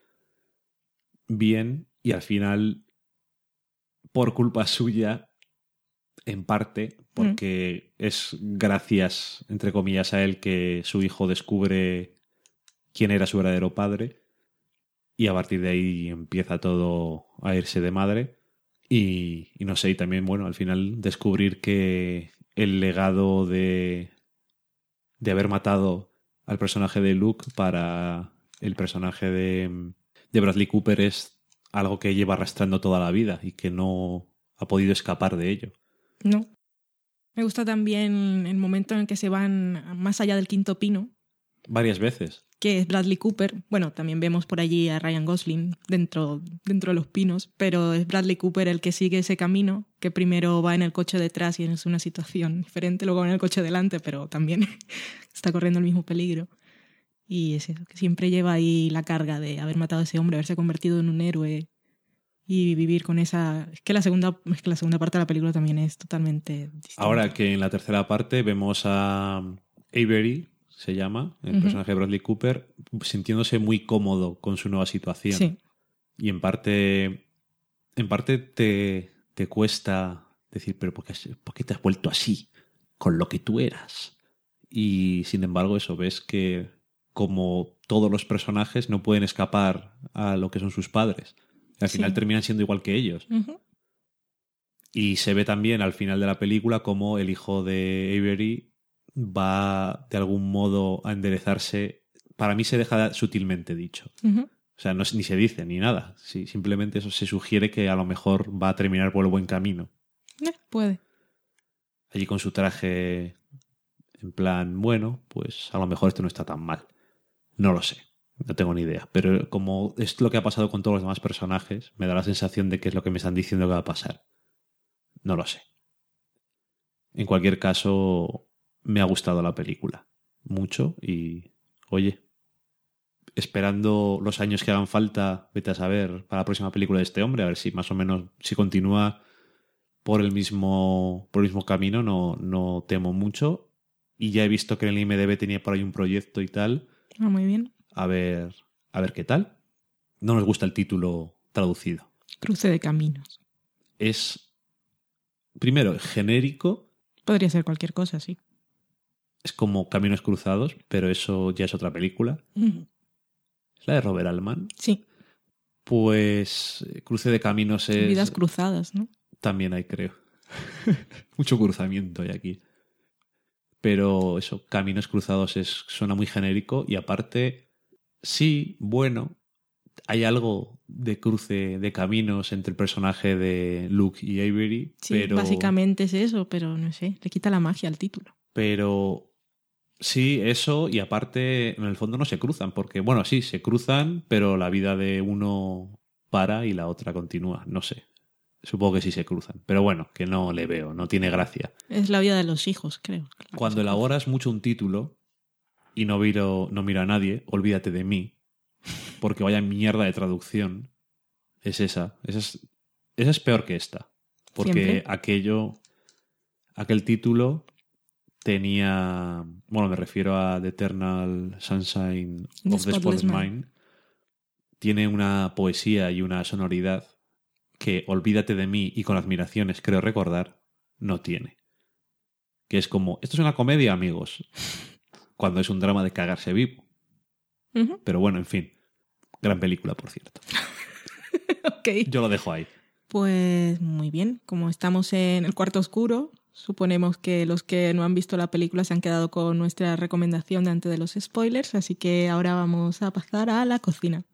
bien, y al final, por culpa suya, en parte, porque es gracias, entre comillas, a él que su hijo descubre quién era su verdadero padre, y a partir de ahí empieza todo a irse de madre. Y no sé, y también, bueno, al final descubrir que el legado de haber matado al personaje de Luke para el personaje de Bradley Cooper es algo que lleva arrastrando toda la vida y que no ha podido escapar de ello. No. Me gusta también el momento en el que se van más allá del quinto pino, Varias veces. que es Bradley Cooper. Bueno, también vemos por allí a Ryan Gosling dentro de los pinos, pero es Bradley Cooper el que sigue ese camino, que primero va en el coche detrás y es una situación diferente, luego va en el coche delante, pero también está corriendo el mismo peligro. Y es eso, que siempre lleva ahí la carga de haber matado a ese hombre, haberse convertido en un héroe y vivir con esa... Es que la segunda parte de la película también es totalmente distinta. Ahora que en la tercera parte vemos a Avery, se llama, el personaje de Bradley Cooper, sintiéndose muy cómodo con su nueva situación. Sí. Y en parte te cuesta decir, pero ¿por qué te has vuelto así con lo que tú eras? Y sin embargo, eso, ves que como todos los personajes no pueden escapar a lo que son sus padres. Y al final terminan siendo igual que ellos. Uh-huh. Y se ve también al final de la película cómo el hijo de Avery va de algún modo a enderezarse. Para mí se deja sutilmente dicho. Uh-huh. O sea, no, ni se dice ni nada. Sí, simplemente eso se sugiere que a lo mejor va a terminar por el buen camino. Puede. Allí con su traje en plan, bueno, pues a lo mejor esto no está tan mal. No lo sé. No tengo ni idea. Pero como es lo que ha pasado con todos los demás personajes, me da la sensación de que es lo que me están diciendo que va a pasar. No lo sé. En cualquier caso, me ha gustado la película. Mucho. Y, oye, esperando los años que hagan falta, vete a saber, para la próxima película de este hombre, a ver si más o menos, si continúa por el mismo camino, no temo mucho. Y ya he visto que en el IMDb tenía por ahí un proyecto y tal. Ah, muy bien. A ver qué tal. No nos gusta el título traducido. Cruce de caminos. Es, primero, genérico. Podría ser cualquier cosa, sí. Es como Caminos Cruzados, pero eso ya es otra película. Uh-huh. Es la de Robert Altman. Sí. Pues Cruce de Caminos es... Vidas cruzadas, ¿no? También hay, creo. Mucho cruzamiento hay aquí. Pero eso, Caminos Cruzados suena muy genérico y aparte, sí, bueno, hay algo de cruce de caminos entre el personaje de Luke y Avery. Sí, pero básicamente es eso, pero no sé, le quita la magia al título. Pero sí, eso, y aparte, en el fondo no se cruzan, porque, bueno, sí, se cruzan, pero la vida de uno para y la otra continúa. No sé. Supongo que sí se cruzan. Pero bueno, que no le veo, no tiene gracia. Es la vida de los hijos, creo. Cuando elaboras mucho un título y no miro a nadie, olvídate de mí, porque vaya mierda de traducción es esa. Esa es peor que esta. Porque ¿Siempre? aquel título tenía... Bueno, me refiero a The Eternal Sunshine of the Spotless Mind. Tiene una poesía y una sonoridad que olvídate de mí y con admiraciones creo recordar no tiene. Que es como, esto es una comedia, amigos, cuando es un drama de cagarse vivo. Ujú. Pero bueno, en fin. Gran película, por cierto. Ok. Yo lo dejo ahí. Pues muy bien, como estamos en el cuarto oscuro, suponemos que los que no han visto la película se han quedado con nuestra recomendación de antes de los spoilers, así que ahora vamos a pasar a la cocina.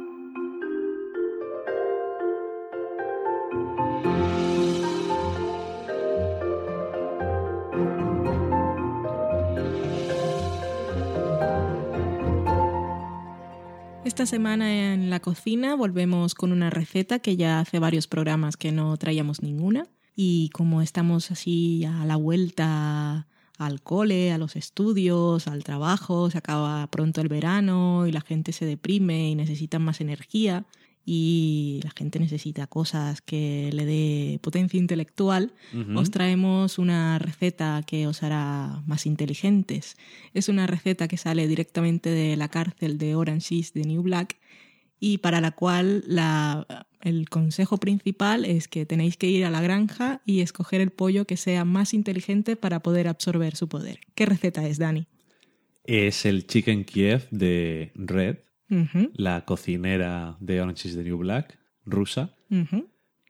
Esta semana en la cocina volvemos con una receta que ya hace varios programas que no traíamos ninguna. Y como estamos así a la vuelta al cole, a los estudios, al trabajo, se acaba pronto el verano y la gente se deprime y necesita más energía y la gente necesita cosas que le dé potencia intelectual, os traemos una receta que os hará más inteligentes. Es una receta que sale directamente de la cárcel de Orange is the New Black y para la cual el consejo principal es que tenéis que ir a la granja y escoger el pollo que sea más inteligente para poder absorber su poder. ¿Qué receta es, Dani? Es el Chicken Kiev de Red, Uh-huh. la cocinera de Orange is the New Black, rusa. Uh-huh.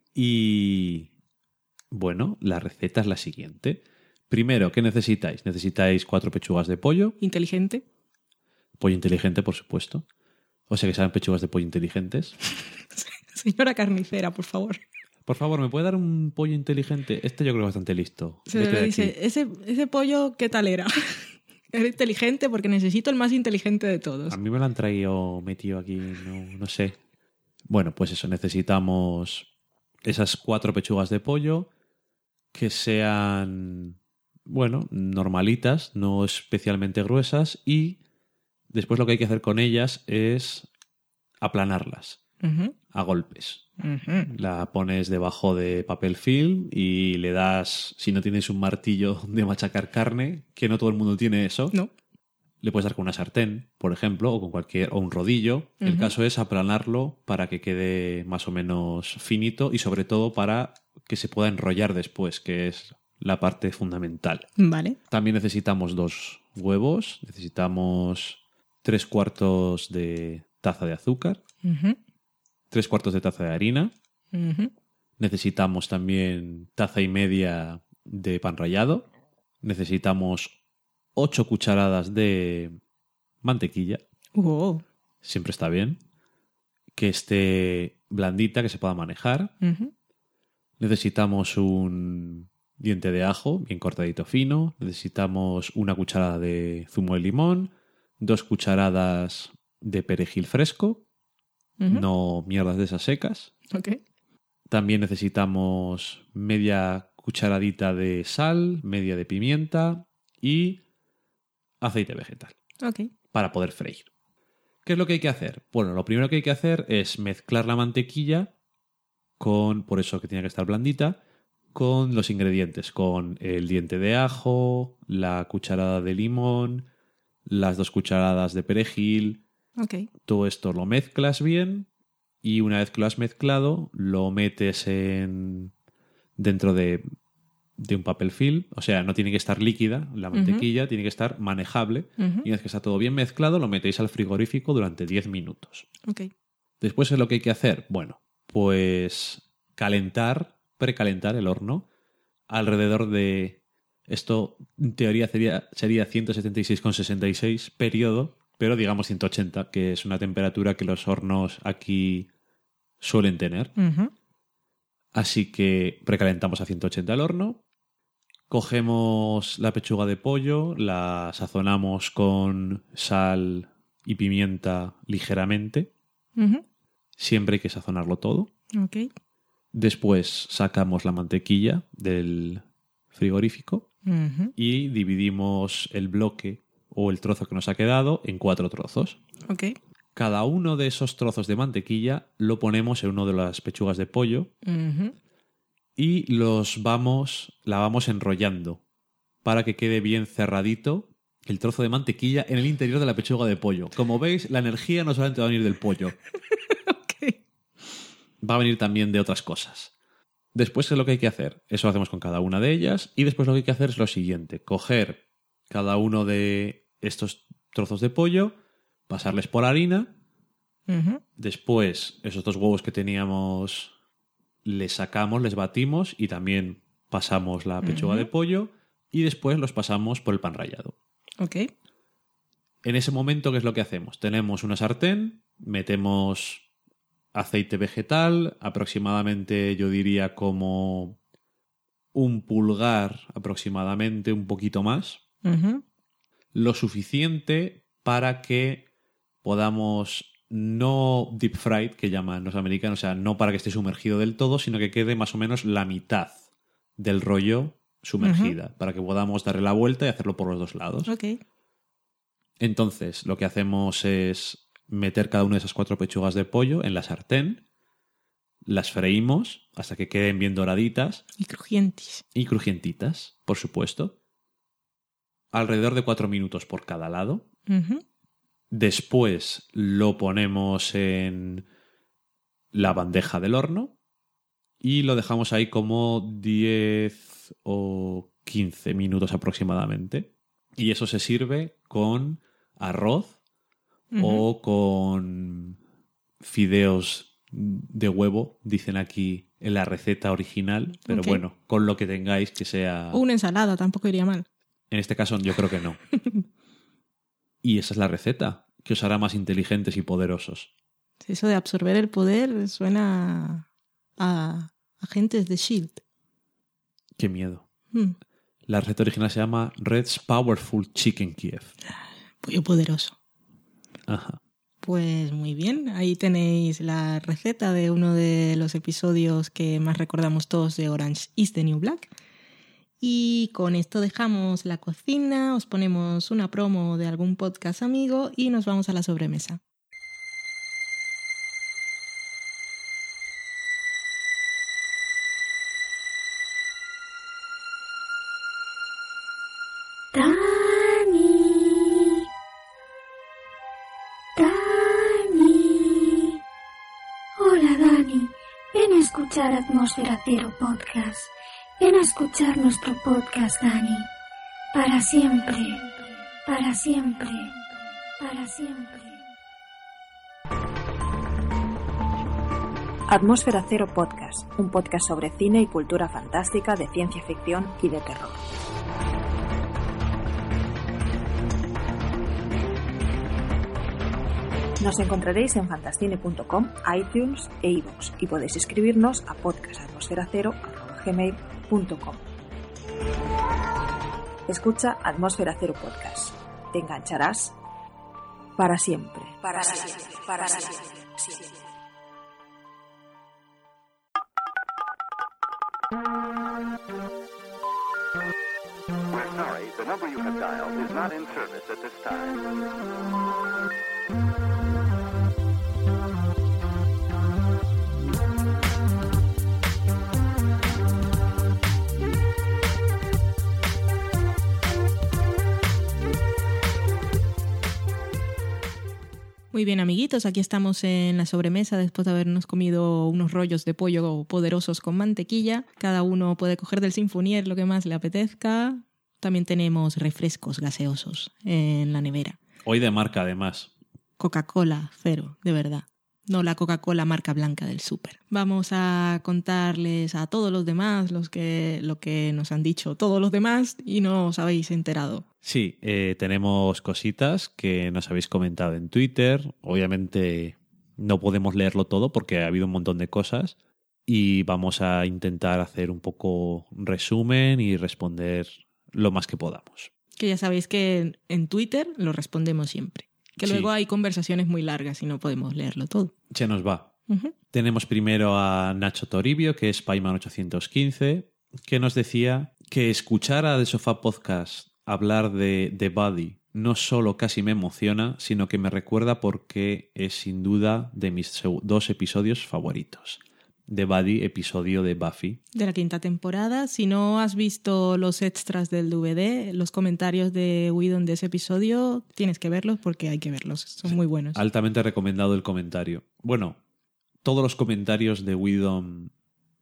Y bueno, la receta es la siguiente. Primero, ¿qué necesitáis? Necesitáis 4 pechugas de pollo. ¿Inteligente? Pollo inteligente, por supuesto. O sea que sean pechugas de pollo inteligentes. Señora carnicera, por favor. Por favor, ¿me puede dar un pollo inteligente? Este yo creo bastante listo. Se Vete le de dice, aquí. ese pollo, ¿qué tal era? Era inteligente porque necesito el más inteligente de todos. A mí me lo han traído metido aquí, no sé. Bueno, pues eso, necesitamos esas 4 pechugas de pollo que sean, bueno, normalitas, no especialmente gruesas, y después lo que hay que hacer con ellas es aplanarlas Uh-huh. a golpes. Uh-huh. La pones debajo de papel film y le das, si no tienes un martillo de machacar carne, que no todo el mundo tiene eso, No. le puedes dar con una sartén, por ejemplo, o con o un rodillo. El caso es aplanarlo para que quede más o menos finito y sobre todo para que se pueda enrollar después, que es la parte fundamental. Vale. También necesitamos 2 huevos, necesitamos 3/4 de taza de azúcar, Uh-huh. 3/4 de taza de harina, Uh-huh. necesitamos también 1,5 tazas de pan rallado, necesitamos 8 cucharadas de mantequilla, Oh. siempre está bien, que esté blandita, que se pueda manejar. Uh-huh. Necesitamos un diente de ajo bien cortadito fino, necesitamos 1 cucharada de zumo de limón, 2 cucharadas de perejil fresco, Uh-huh. no mierdas de esas secas. Ok. También necesitamos media cucharadita de sal, media de pimienta y aceite vegetal Ok. para poder freír. ¿Qué es lo que hay que hacer? Bueno, lo primero que hay que hacer es mezclar la mantequilla por eso que tiene que estar blandita, con los ingredientes, con el diente de ajo, la cucharada de limón, las 2 cucharadas de perejil. Ok. Todo esto lo mezclas bien y una vez que lo has mezclado lo metes dentro de un papel film. O sea, no tiene que estar líquida la mantequilla, tiene que estar manejable. Uh-huh. Y una vez que está todo bien mezclado lo metéis al frigorífico durante 10 minutos. Ok. Después, ¿qué es lo que hay que hacer? Bueno, pues precalentar el horno alrededor de... Esto en teoría sería 176,66 periodo, pero digamos 180, que es una temperatura que los hornos aquí suelen tener. Uh-huh. Así que precalentamos a 180 el horno, cogemos la pechuga de pollo, la sazonamos con sal y pimienta ligeramente. Uh-huh. Siempre hay que sazonarlo todo. Ok. Después sacamos la mantequilla del frigorífico Uh-huh. y dividimos el bloque o el trozo que nos ha quedado en 4 trozos. Ok. Cada uno de esos trozos de mantequilla lo ponemos en una de las pechugas de pollo Uh-huh. y la vamos enrollando para que quede bien cerradito el trozo de mantequilla en el interior de la pechuga de pollo. Como veis, la energía no solamente va a venir del pollo, Ok. va a venir también de otras cosas. Después, ¿qué es lo que hay que hacer? Eso lo hacemos con cada una de ellas. Y después lo que hay que hacer es lo siguiente. Coger cada uno de estos trozos de pollo, pasarles por harina. Después, esos 2 huevos que teníamos, les sacamos, les batimos y también pasamos la pechuga de pollo. Y después los pasamos por el pan rallado. Ok. En ese momento, ¿qué es lo que hacemos? Tenemos una sartén, metemos aceite vegetal, aproximadamente yo diría como un pulgar aproximadamente, un poquito más. Lo suficiente para que podamos no deep fried, que llaman los americanos, o sea, no para que esté sumergido del todo, sino que quede más o menos la mitad del rollo sumergida, para que podamos darle la vuelta y hacerlo por los 2 lados. Ok. Entonces, lo que hacemos es meter cada una de esas 4 pechugas de pollo en la sartén, las freímos hasta que queden bien doraditas. Y crujientes. Y crujientitas, por supuesto. Alrededor de 4 minutos por cada lado. Después lo ponemos en la bandeja del horno y lo dejamos ahí como 10 o 15 minutos aproximadamente. Y eso se sirve con arroz o con fideos de huevo, dicen aquí en la receta original, pero bueno, con lo que tengáis que sea... O una ensalada, tampoco iría mal. En este caso yo creo que no. Y esa es la receta, que os hará más inteligentes y poderosos. Eso de absorber el poder suena a agentes de S.H.I.E.L.D. Qué miedo. La receta original se llama Red's Powerful Chicken Kiev. Pollo poderoso. Ajá. Pues muy bien, ahí tenéis la receta de uno de los episodios que más recordamos todos de Orange is the New Black. Y con esto dejamos la cocina, os ponemos una promo de algún podcast amigo y nos vamos a la sobremesa. Hola Dani, ven a escuchar Atmósfera Cero Podcast. Ven a escuchar nuestro podcast, Dani. Para siempre, para siempre, para siempre. Atmósfera Cero Podcast, un podcast sobre cine y cultura fantástica, de ciencia ficción y de terror. Nos encontraréis en fantascine.com, iTunes e iVoox y podéis escribirnos a podcastatmosferacero@gmail.com. Escucha Atmósfera Cero Podcast. Te engancharás para siempre. Para siempre. Para siempre. We're sorry, the number you have dialed is not in service at this time. Muy bien, amiguitos, aquí estamos en la sobremesa después de habernos comido unos rollos de pollo poderosos con mantequilla. Cada uno puede coger del Sinfonier lo que más le apetezca. También tenemos refrescos gaseosos en la nevera. Hoy de marca, además. Coca-Cola cero, de verdad. No la Coca-Cola marca blanca del súper. Vamos a contarles a todos los demás lo que nos han dicho todos los demás y no os habéis enterado. Sí, tenemos cositas que nos habéis comentado en Twitter. Obviamente no podemos leerlo todo porque ha habido un montón de cosas y vamos a intentar hacer un poco resumen y responder lo más que podamos. Que ya sabéis que en Twitter lo respondemos siempre. Que luego hay conversaciones muy largas y no podemos leerlo todo. Se nos va. Tenemos primero a Nacho Toribio, que es Paiman815, que nos decía que escuchar a The Sofá Podcast hablar de The Buddy no solo casi me emociona, sino que me recuerda porque es sin duda de mis 2 episodios favoritos. The Buddy, episodio de Buffy. De la 5ª temporada. Si no has visto los extras del DVD, los comentarios de Whedon de ese episodio, tienes que verlos porque hay que verlos. Son muy buenos. Altamente recomendado el comentario. Bueno, todos los comentarios de Whedon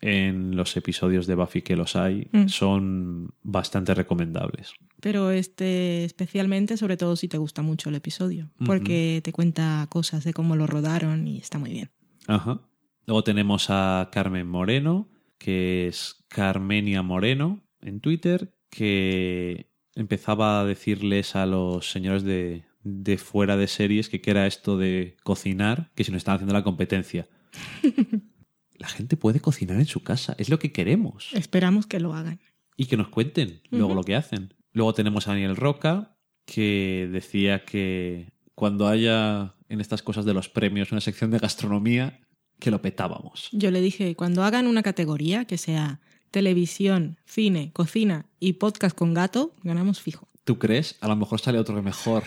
en los episodios de Buffy que los hay, son bastante recomendables. Pero especialmente, sobre todo si te gusta mucho el episodio, porque te cuenta cosas de cómo lo rodaron y está muy bien. Ajá. Luego tenemos a Carmen Moreno, que es Carmenia Moreno en Twitter, que empezaba a decirles a los señores de fuera de series que qué era esto de cocinar, que si nos están haciendo la competencia. La gente puede cocinar en su casa, es lo que queremos. Esperamos que lo hagan. Y que nos cuenten luego lo que hacen. Luego tenemos a Daniel Roca, que decía que cuando haya en estas cosas de los premios una sección de gastronomía, que lo petábamos. Yo le dije, cuando hagan una categoría que sea televisión, cine, cocina y podcast con gato, ganamos fijo. ¿Tú crees? A lo mejor sale otro que mejor.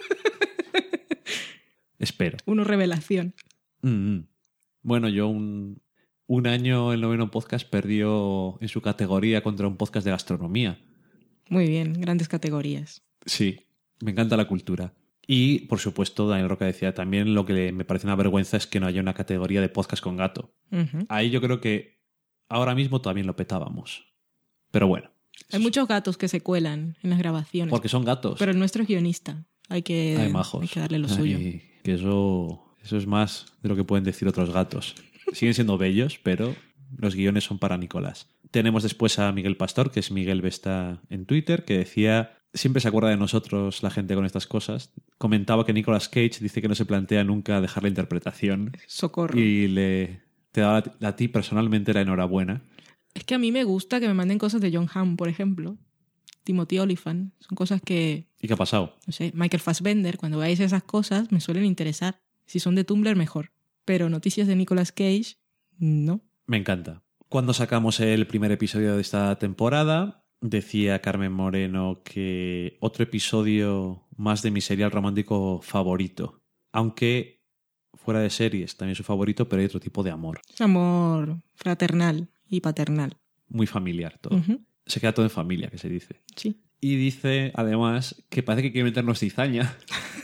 Espero. Uno revelación. Bueno, yo un año el noveno podcast perdió en su categoría contra un podcast de gastronomía. Muy bien, grandes categorías. Sí, me encanta la cultura. Y, por supuesto, Daniel Roca decía también lo que me parece una vergüenza es que no haya una categoría de podcast con gato. Ahí yo creo que ahora mismo también lo petábamos. Pero bueno. Hay muchos gatos que se cuelan en las grabaciones. Porque son gatos. Pero el nuestro es guionista. Hay que darle lo suyo. Que eso es más de lo que pueden decir otros gatos. Siguen siendo bellos, pero los guiones son para Nicolás. Tenemos después a Miguel Pastor, que es Miguel Vesta en Twitter, que decía, siempre se acuerda de nosotros la gente con estas cosas. Comentaba que Nicolas Cage dice que no se plantea nunca dejar la interpretación. Socorro. Y te daba a ti personalmente la enhorabuena. Es que a mí me gusta que me manden cosas de John Hamm, por ejemplo. Timothy Olyphant. Son cosas que... ¿Y qué ha pasado? No sé, Michael Fassbender. Cuando veáis esas cosas me suelen interesar. Si son de Tumblr, mejor. Pero noticias de Nicolas Cage, no. Me encanta. Cuando sacamos el primer episodio de esta temporada, decía Carmen Moreno que otro episodio más de mi serial romántico favorito. Aunque fuera de series también su favorito, pero hay otro tipo de amor. Es amor fraternal y paternal. Muy familiar todo. Se queda todo en familia, que se dice. Sí. Y dice, además, que parece que quiere meternos cizaña,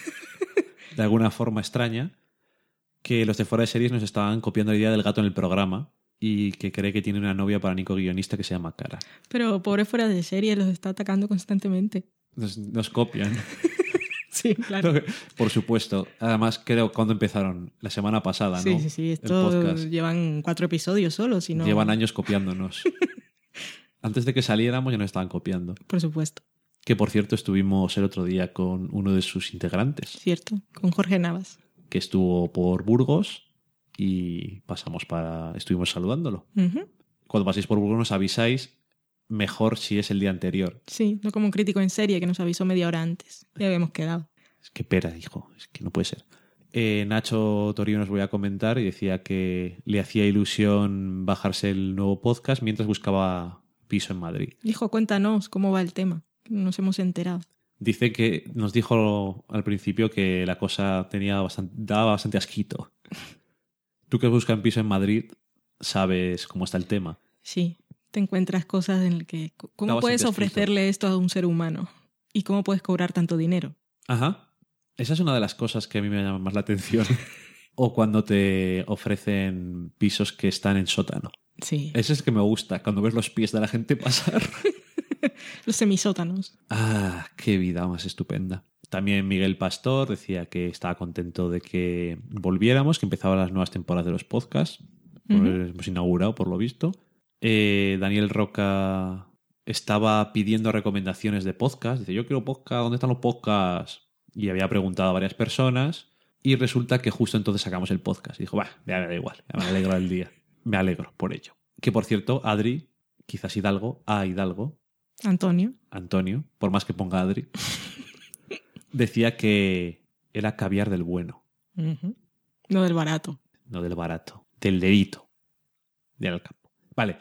de alguna forma extraña, que los de fuera de series nos estaban copiando la idea del gato en el programa y que cree que tiene una novia para Nico guionista que se llama Cara. Pero pobre fuera de serie, los está atacando constantemente. Nos copian. Sí, claro. Por supuesto. Además, creo cuando empezaron, la semana pasada, ¿no? Sí. Estos llevan 4 episodios solo, si no... Llevan años copiándonos. Antes de que saliéramos ya nos estaban copiando. Por supuesto. Que, por cierto, estuvimos el otro día con uno de sus integrantes. Cierto, con Jorge Navas. Que estuvo por Burgos y estuvimos saludándolo. Cuando paséis por Burgos nos avisáis, mejor si es el día anterior. Sí, no como un crítico en serie que nos avisó media hora antes. Ya habíamos quedado. Es que pera, hijo, es que no puede ser. Nacho Torino nos voy a comentar y decía que le hacía ilusión bajarse el nuevo podcast mientras buscaba piso en Madrid. Hijo, cuéntanos cómo va el tema. Nos hemos enterado. Dice que nos dijo al principio que la cosa daba bastante asquito. Tú que buscas un piso en Madrid sabes cómo está el tema. Sí, te encuentras cosas en las que... ¿Cómo puedes ofrecerle esto a un ser humano? ¿Y cómo puedes cobrar tanto dinero? Ajá. Esa es una de las cosas que a mí me llama más la atención. O cuando te ofrecen pisos que están en sótano. Sí. Ese es que me gusta, cuando ves los pies de la gente pasar. Los semisótanos. Ah, qué vida más estupenda. También Miguel Pastor decía que estaba contento de que volviéramos, que empezaban las nuevas temporadas de los podcasts. Hemos inaugurado, por lo visto. Daniel Roca estaba pidiendo recomendaciones de podcast. Dice, yo quiero podcast, ¿dónde están los podcasts? Y había preguntado a varias personas y resulta que justo entonces sacamos el podcast. Y dijo, me da igual, me alegro del día. Me alegro por ello. Que, por cierto, Adri, quizás Hidalgo, Antonio, por más que ponga Adri, decía que era caviar del bueno. No del barato. No del barato, del dedito. Del campo. Vale.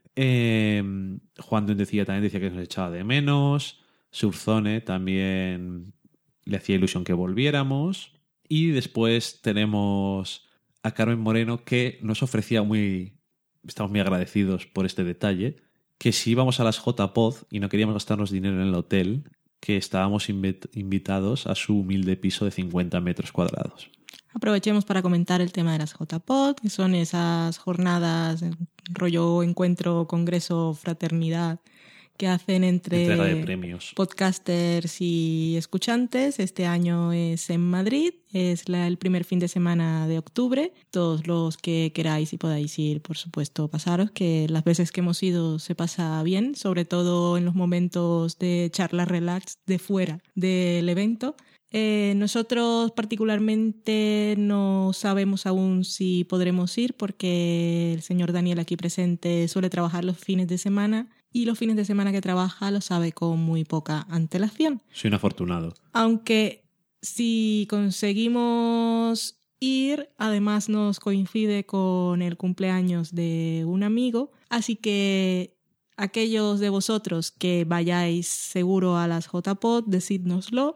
Juan también decía que nos echaba de menos. Surzone también le hacía ilusión que volviéramos. Y después tenemos a Carmen Moreno, que nos ofrecía estamos muy agradecidos por este detalle, que si íbamos a las JPod y no queríamos gastarnos dinero en el hotel, que estábamos invitados a su humilde piso de 50 metros cuadrados. Aprovechemos para comentar el tema de las JPod, que son esas jornadas, rollo encuentro, congreso, fraternidad, que hacen Entrega de entre premios. podcasters y escuchantes. Este año es en Madrid, es el primer fin de semana de octubre. Todos los que queráis y podáis ir, por supuesto, pasaros, que las veces que hemos ido se pasa bien, sobre todo en los momentos de charla relax de fuera del evento. Nosotros particularmente no sabemos aún si podremos ir porque el señor Daniel aquí presente suele trabajar los fines de semana y los fines de semana que trabaja lo sabe con muy poca antelación. Soy un afortunado. Aunque si conseguimos ir, además nos coincide con el cumpleaños de un amigo, así que aquellos de vosotros que vayáis seguro a las JPod, decídnoslo,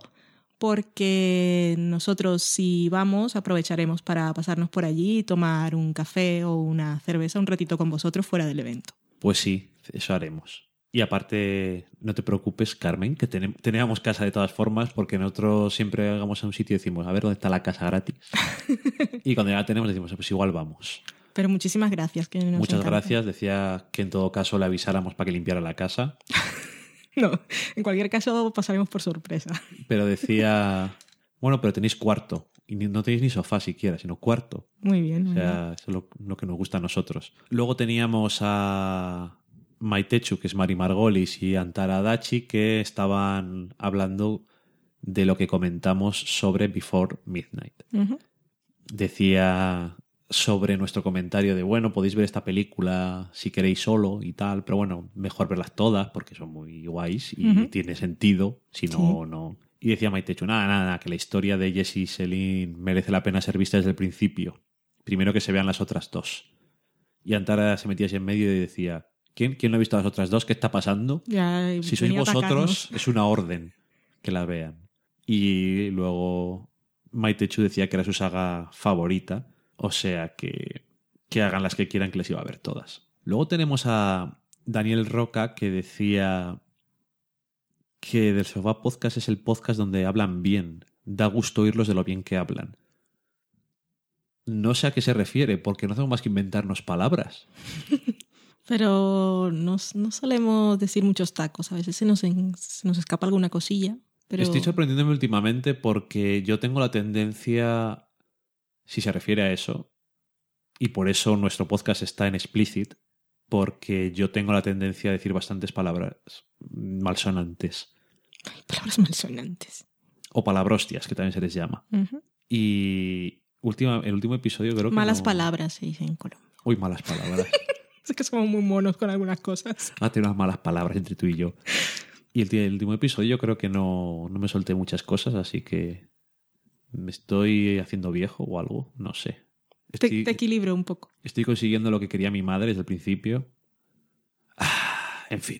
porque nosotros si vamos aprovecharemos para pasarnos por allí y tomar un café o una cerveza un ratito con vosotros fuera del evento. Pues sí, eso haremos. Y aparte, no te preocupes, Carmen, que teníamos casa de todas formas, porque nosotros siempre vamos a un sitio y decimos, a ver dónde está la casa gratis. Y cuando ya la tenemos decimos, pues igual vamos. Pero muchísimas gracias. Que nos Muchas encanta. gracias. Decía que en todo caso le avisáramos para que limpiara la casa. No, en cualquier caso pasaremos por sorpresa. Pero decía, bueno, pero tenéis cuarto. Y no tenéis ni sofá siquiera, sino cuarto. Muy bien. O sea, eso es lo que nos gusta a nosotros. Luego teníamos a Maitechu, que es Mari Margolis, y Antara Adachi, que estaban hablando de lo que comentamos sobre Before Midnight. Uh-huh. Decía sobre nuestro comentario de, bueno, podéis ver esta película si queréis solo y tal, pero bueno, mejor verlas todas porque son muy guays y Uh-huh. tiene sentido, si no, Sí. no. Y decía Maitechu, nada, que la historia de Jesse y Celine merece la pena ser vista desde el principio. Primero que se vean las otras dos. Y Antara se metía así en medio y decía, ¿quién no ha visto las otras dos? ¿Qué está pasando? Ya, Si sois venía a vosotros, atacarnos. es una orden que la vean. Y luego Maitechu decía que era su saga favorita, o sea que hagan las que quieran, que les iba a ver todas. Luego tenemos a Daniel Roca, que decía que Del Sofá Podcast es el podcast donde hablan bien. Da gusto oírlos de lo bien que hablan. No sé a qué se refiere, porque no hacemos más que inventarnos palabras. Pero no solemos decir muchos tacos. A veces se nos escapa alguna cosilla. Pero... Estoy sorprendiéndome últimamente porque yo tengo la tendencia, si se refiere a eso, y por eso nuestro podcast está en explicit, porque yo tengo la tendencia a decir bastantes palabras malsonantes. Palabras malsonantes. O palabrostias, que también se les llama. Uh-huh. Y el último episodio creo que Malas no... palabras se dice en Colombia. Uy, malas palabras. Es que somos muy monos con algunas cosas. Hace unas malas palabras entre tú y yo. Y el último episodio yo creo que no me solté muchas cosas, así que me estoy haciendo viejo o algo, no sé. Te equilibro un poco. Estoy consiguiendo lo que quería mi madre desde el principio. En fin.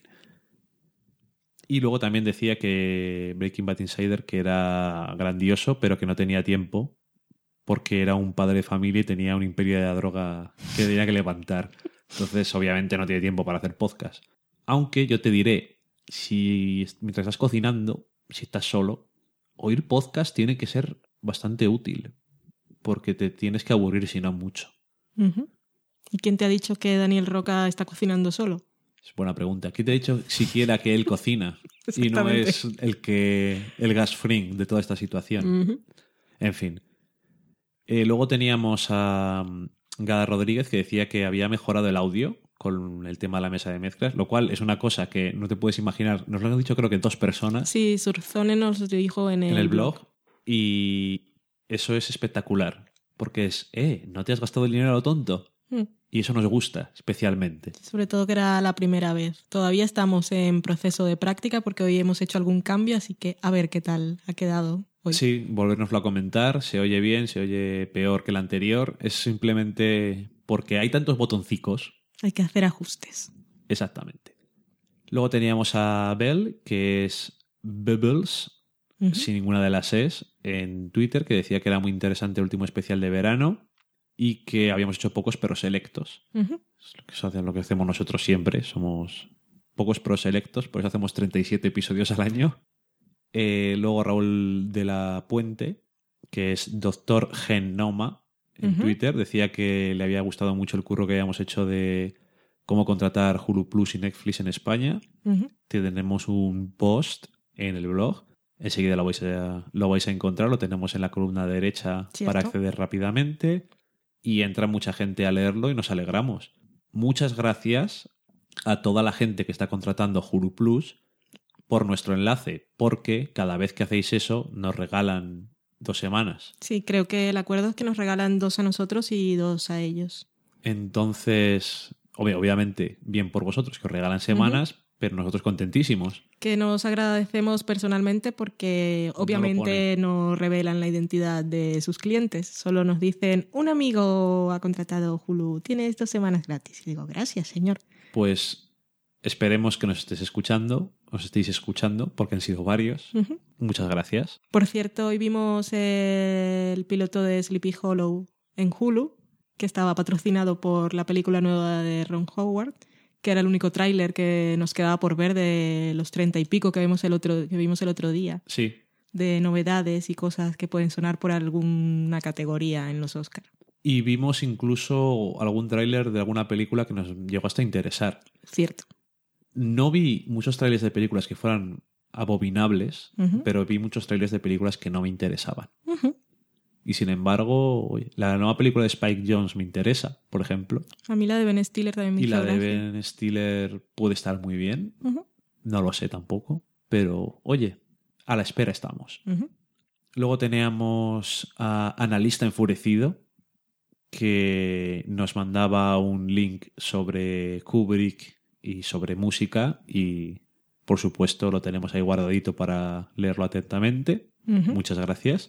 Y luego también decía que Breaking Bad Insider que era grandioso, pero que no tenía tiempo porque era un padre de familia y tenía un imperio de la droga que tenía que levantar. Entonces, obviamente, no tiene tiempo para hacer podcast. Aunque yo te diré, si mientras estás cocinando, si estás solo, oír podcast tiene que ser bastante útil porque te tienes que aburrir si no mucho. Uh-huh. ¿Y quién te ha dicho que Daniel Roca está cocinando solo? Es buena pregunta. ¿Quién te ha dicho siquiera que él cocina y no es el gas fring de toda esta situación? Uh-huh. En fin. Luego teníamos a Gada Rodríguez que decía que había mejorado el audio con el tema de la mesa de mezclas, lo cual es una cosa que no te puedes imaginar. Nos lo han dicho creo que 2 personas. Sí, Surzone nos lo dijo en el blog. Y eso es espectacular. Porque es, no te has gastado el dinero a lo tonto. Y eso nos gusta especialmente. Sobre todo que era la primera vez. Todavía estamos en proceso de práctica porque hoy hemos hecho algún cambio, así que a ver qué tal ha quedado hoy. Sí, volvernoslo a comentar. Se oye bien, se oye peor que el anterior. Es simplemente porque hay tantos botoncicos. Hay que hacer ajustes. Exactamente. Luego teníamos a Bell, que es Bubbles, sin ninguna de las Es, en Twitter, que decía que era muy interesante el último especial de verano y que habíamos hecho pocos pero selectos. Es lo que hacemos nosotros siempre. Somos pocos pero selectos, por eso hacemos 37 episodios al año. Luego Raúl de la Puente, que es Dr. Genoma en Twitter. Decía que le había gustado mucho el curro que habíamos hecho de cómo contratar Hulu Plus y Netflix en España. Tenemos un post en el blog. Enseguida lo vais a encontrar. Lo tenemos en la columna derecha. ¿Cierto? Para acceder rápidamente. Y entra mucha gente a leerlo y nos alegramos. Muchas gracias a toda la gente que está contratando Hulu Plus por nuestro enlace, porque cada vez que hacéis eso nos regalan 2 semanas. Sí, creo que el acuerdo es que nos regalan 2 a nosotros y 2 a ellos. Entonces, obviamente, bien por vosotros que os regalan semanas, pero nosotros contentísimos. Que nos agradecemos personalmente porque obviamente no revelan la identidad de sus clientes. Solo nos dicen, un amigo ha contratado Hulu, tienes 2 semanas gratis. Y digo, gracias, señor. Pues esperemos que nos estéis escuchando, porque han sido varios. Muchas gracias. Por cierto, hoy vimos el piloto de Sleepy Hollow en Hulu, que estaba patrocinado por la película nueva de Ron Howard, que era el único tráiler que nos quedaba por ver de los 30 y pico que vimos el otro día. Sí. De novedades y cosas que pueden sonar por alguna categoría en los Oscars. Y vimos incluso algún tráiler de alguna película que nos llegó hasta a interesar. Cierto. No vi muchos trailers de películas que fueran abominables, pero vi muchos trailers de películas que no me interesaban. Y sin embargo, oye, la nueva película de Spike Jonze me interesa, por ejemplo. A mí la de Ben Stiller también me hizo gracia. Y la de Ben Stiller puede estar muy bien. No lo sé tampoco. Pero, oye, a la espera estamos. Luego teníamos a Analista Enfurecido, que nos mandaba un link sobre Kubrick y sobre música. Y, por supuesto, lo tenemos ahí guardadito para leerlo atentamente. Muchas gracias.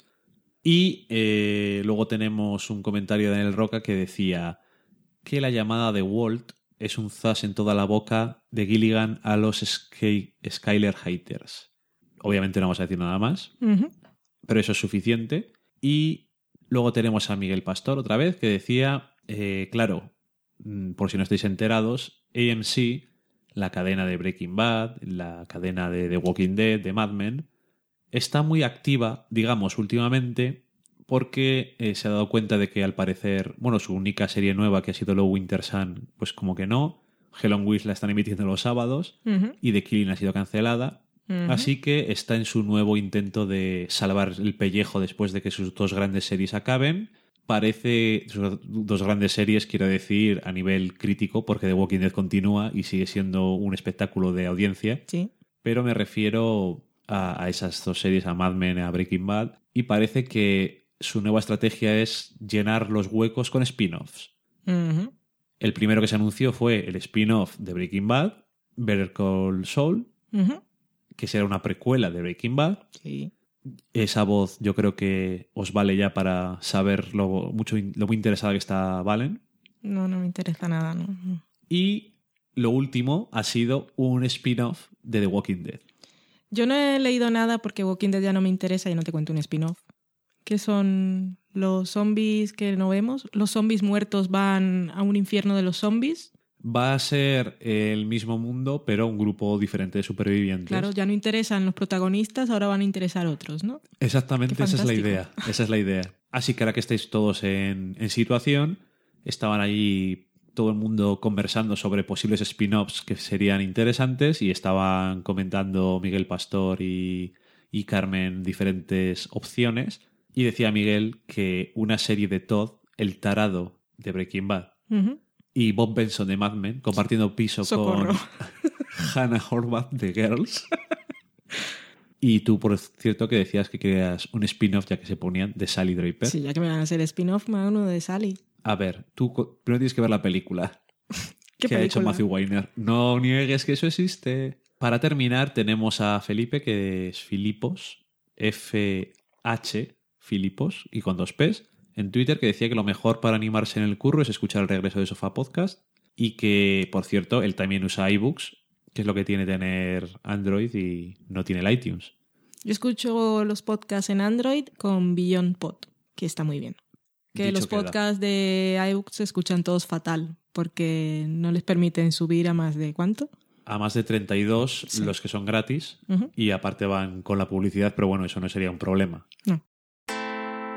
Y luego tenemos un comentario de Daniel Roca que decía que la llamada de Walt es un zas en toda la boca de Gilligan a los Skyler haters. Obviamente no vamos a decir nada más, pero eso es suficiente. Y luego tenemos a Miguel Pastor otra vez que decía, claro, por si no estáis enterados, AMC, la cadena de Breaking Bad, la cadena de The Walking Dead, de Mad Men, está muy activa, digamos, últimamente, porque se ha dado cuenta de que al parecer, bueno, su única serie nueva que ha sido Low Winter Sun, pues como que no. Hell on Wheels la están emitiendo los sábados y The Killing ha sido cancelada. Así que está en su nuevo intento de salvar el pellejo después de que sus 2 grandes series acaben. Parece, sus 2 grandes series, quiero decir, a nivel crítico, porque The Walking Dead continúa y sigue siendo un espectáculo de audiencia. Sí. Pero me refiero a esas 2 series, a Mad Men y a Breaking Bad, y parece que su nueva estrategia es llenar los huecos con spin-offs. El primero que se anunció fue el spin-off de Breaking Bad, Better Call Saul, que será una precuela de Breaking Bad. Sí. Esa voz yo creo que os vale ya para saber lo muy interesada que está Valen. No me interesa nada, no. Y lo último ha sido un spin-off de The Walking Dead. Yo no he leído nada porque Walking Dead ya no me interesa y no te cuento un spin-off. ¿Qué son los zombies que no vemos? ¿Los zombies muertos van a un infierno de los zombies? Va a ser el mismo mundo, pero un grupo diferente de supervivientes. Claro, ya no interesan los protagonistas, ahora van a interesar otros, ¿no? Exactamente, esa es la idea. Así que ahora que estáis todos en situación, estaban allí todo el mundo conversando sobre posibles spin-offs que serían interesantes y estaban comentando Miguel Pastor y Carmen diferentes opciones. Y decía Miguel que una serie de Todd, el tarado de Breaking Bad, y Bob Benson de Mad Men, compartiendo piso Socorro. con Hannah Horvath de Girls. Y tú, por cierto, que decías que querías un spin-off ya que se ponían de Sally Draper. Sí, ya que me van a hacer spin-off, me hago uno de Sally. A ver, tú primero tienes que ver la película ¿Qué que película? ha hecho Matthew Weiner. No niegues que eso existe. Para terminar, tenemos a Felipe, que es Filipos, F-H, Filipos, y con 2 P's, en Twitter, que decía que lo mejor para animarse en el curro es escuchar el regreso de Sofá Podcast y que, por cierto, él también usa iBooks, que es lo que tiene tener Android y no tiene el iTunes. Yo escucho los podcasts en Android con Beyond Pod, que está muy bien. Que Dicho los queda. podcasts de iBooks se escuchan todos fatal, porque no les permiten subir a más de ¿cuánto? A más de 32 Sí. los que son gratis y aparte van con la publicidad, pero bueno, eso no sería un problema. No.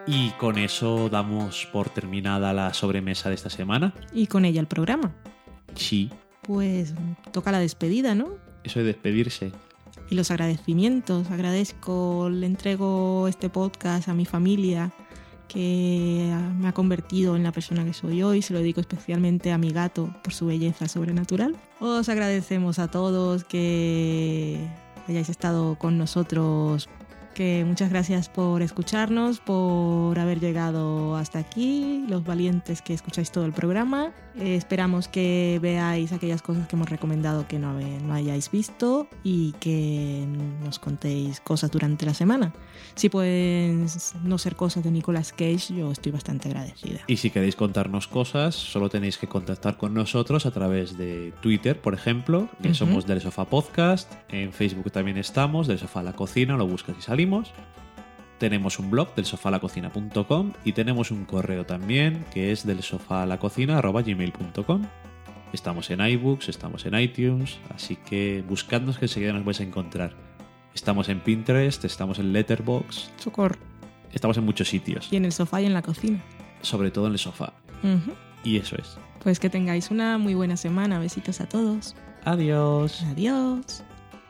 Y con eso damos por terminada la sobremesa de esta semana. Y con ella el programa. Sí. Pues toca la despedida, ¿no? Eso de despedirse. Y los agradecimientos. Le entrego este podcast a mi familia, que me ha convertido en la persona que soy hoy. Se lo dedico especialmente a mi gato por su belleza sobrenatural. Os agradecemos a todos que hayáis estado con nosotros. Que muchas gracias por escucharnos, por haber llegado hasta aquí, los valientes que escucháis todo el programa. Esperamos que veáis aquellas cosas que hemos recomendado que no hayáis visto y que nos contéis cosas durante la semana. Si pueden no ser cosas de Nicolas Cage, yo estoy bastante agradecida. Y si queréis contarnos cosas, solo tenéis que contactar con nosotros a través de Twitter, por ejemplo, que somos Del Sofá Podcast. En Facebook también estamos, Del Sofá a la Cocina, lo buscas y salimos. Tenemos un blog, delsofalacocina.com, y tenemos un correo también, que es delsofalacocina@gmail.com. Estamos en iBooks, estamos en iTunes, así que buscadnos que enseguida nos vais a encontrar. Estamos en Pinterest, estamos en Letterboxd. Socorro. Estamos en muchos sitios. Y en el sofá y en la cocina. Sobre todo en el sofá. Y eso es. Pues que tengáis una muy buena semana. Besitos a todos. Adiós. Adiós.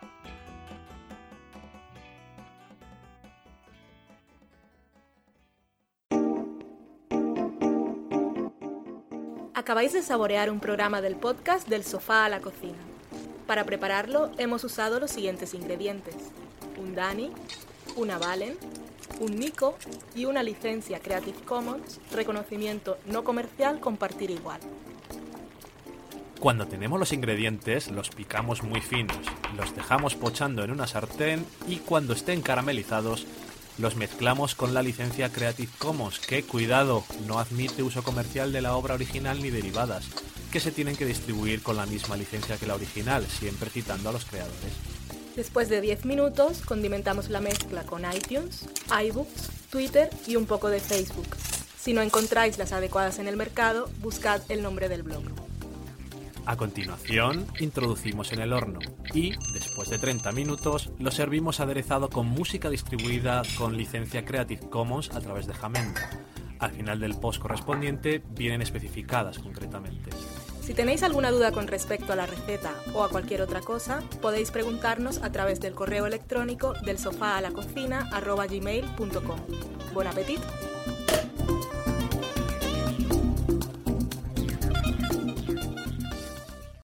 Acabáis de saborear un programa del podcast Del Sofá a la Cocina. Para prepararlo hemos usado los siguientes ingredientes: un Dani, una Valen, un Nico y una licencia Creative Commons, reconocimiento no comercial, compartir igual. Cuando tenemos los ingredientes, los picamos muy finos, los dejamos pochando en una sartén y cuando estén caramelizados, los mezclamos con la licencia Creative Commons, que, cuidado, no admite uso comercial de la obra original ni derivadas, que se tienen que distribuir con la misma licencia que la original, siempre citando a los creadores. Después de 10 minutos, condimentamos la mezcla con iTunes, iBooks, Twitter y un poco de Facebook. Si no encontráis las adecuadas en el mercado, buscad el nombre del blog. A continuación, introducimos en el horno y, después de 30 minutos, lo servimos aderezado con música distribuida con licencia Creative Commons a través de Jamendo. Al final del post correspondiente vienen especificadas concretamente. Si tenéis alguna duda con respecto a la receta o a cualquier otra cosa, podéis preguntarnos a través del correo electrónico delsofaalacocina@gmail.com. ¡Buen apetito!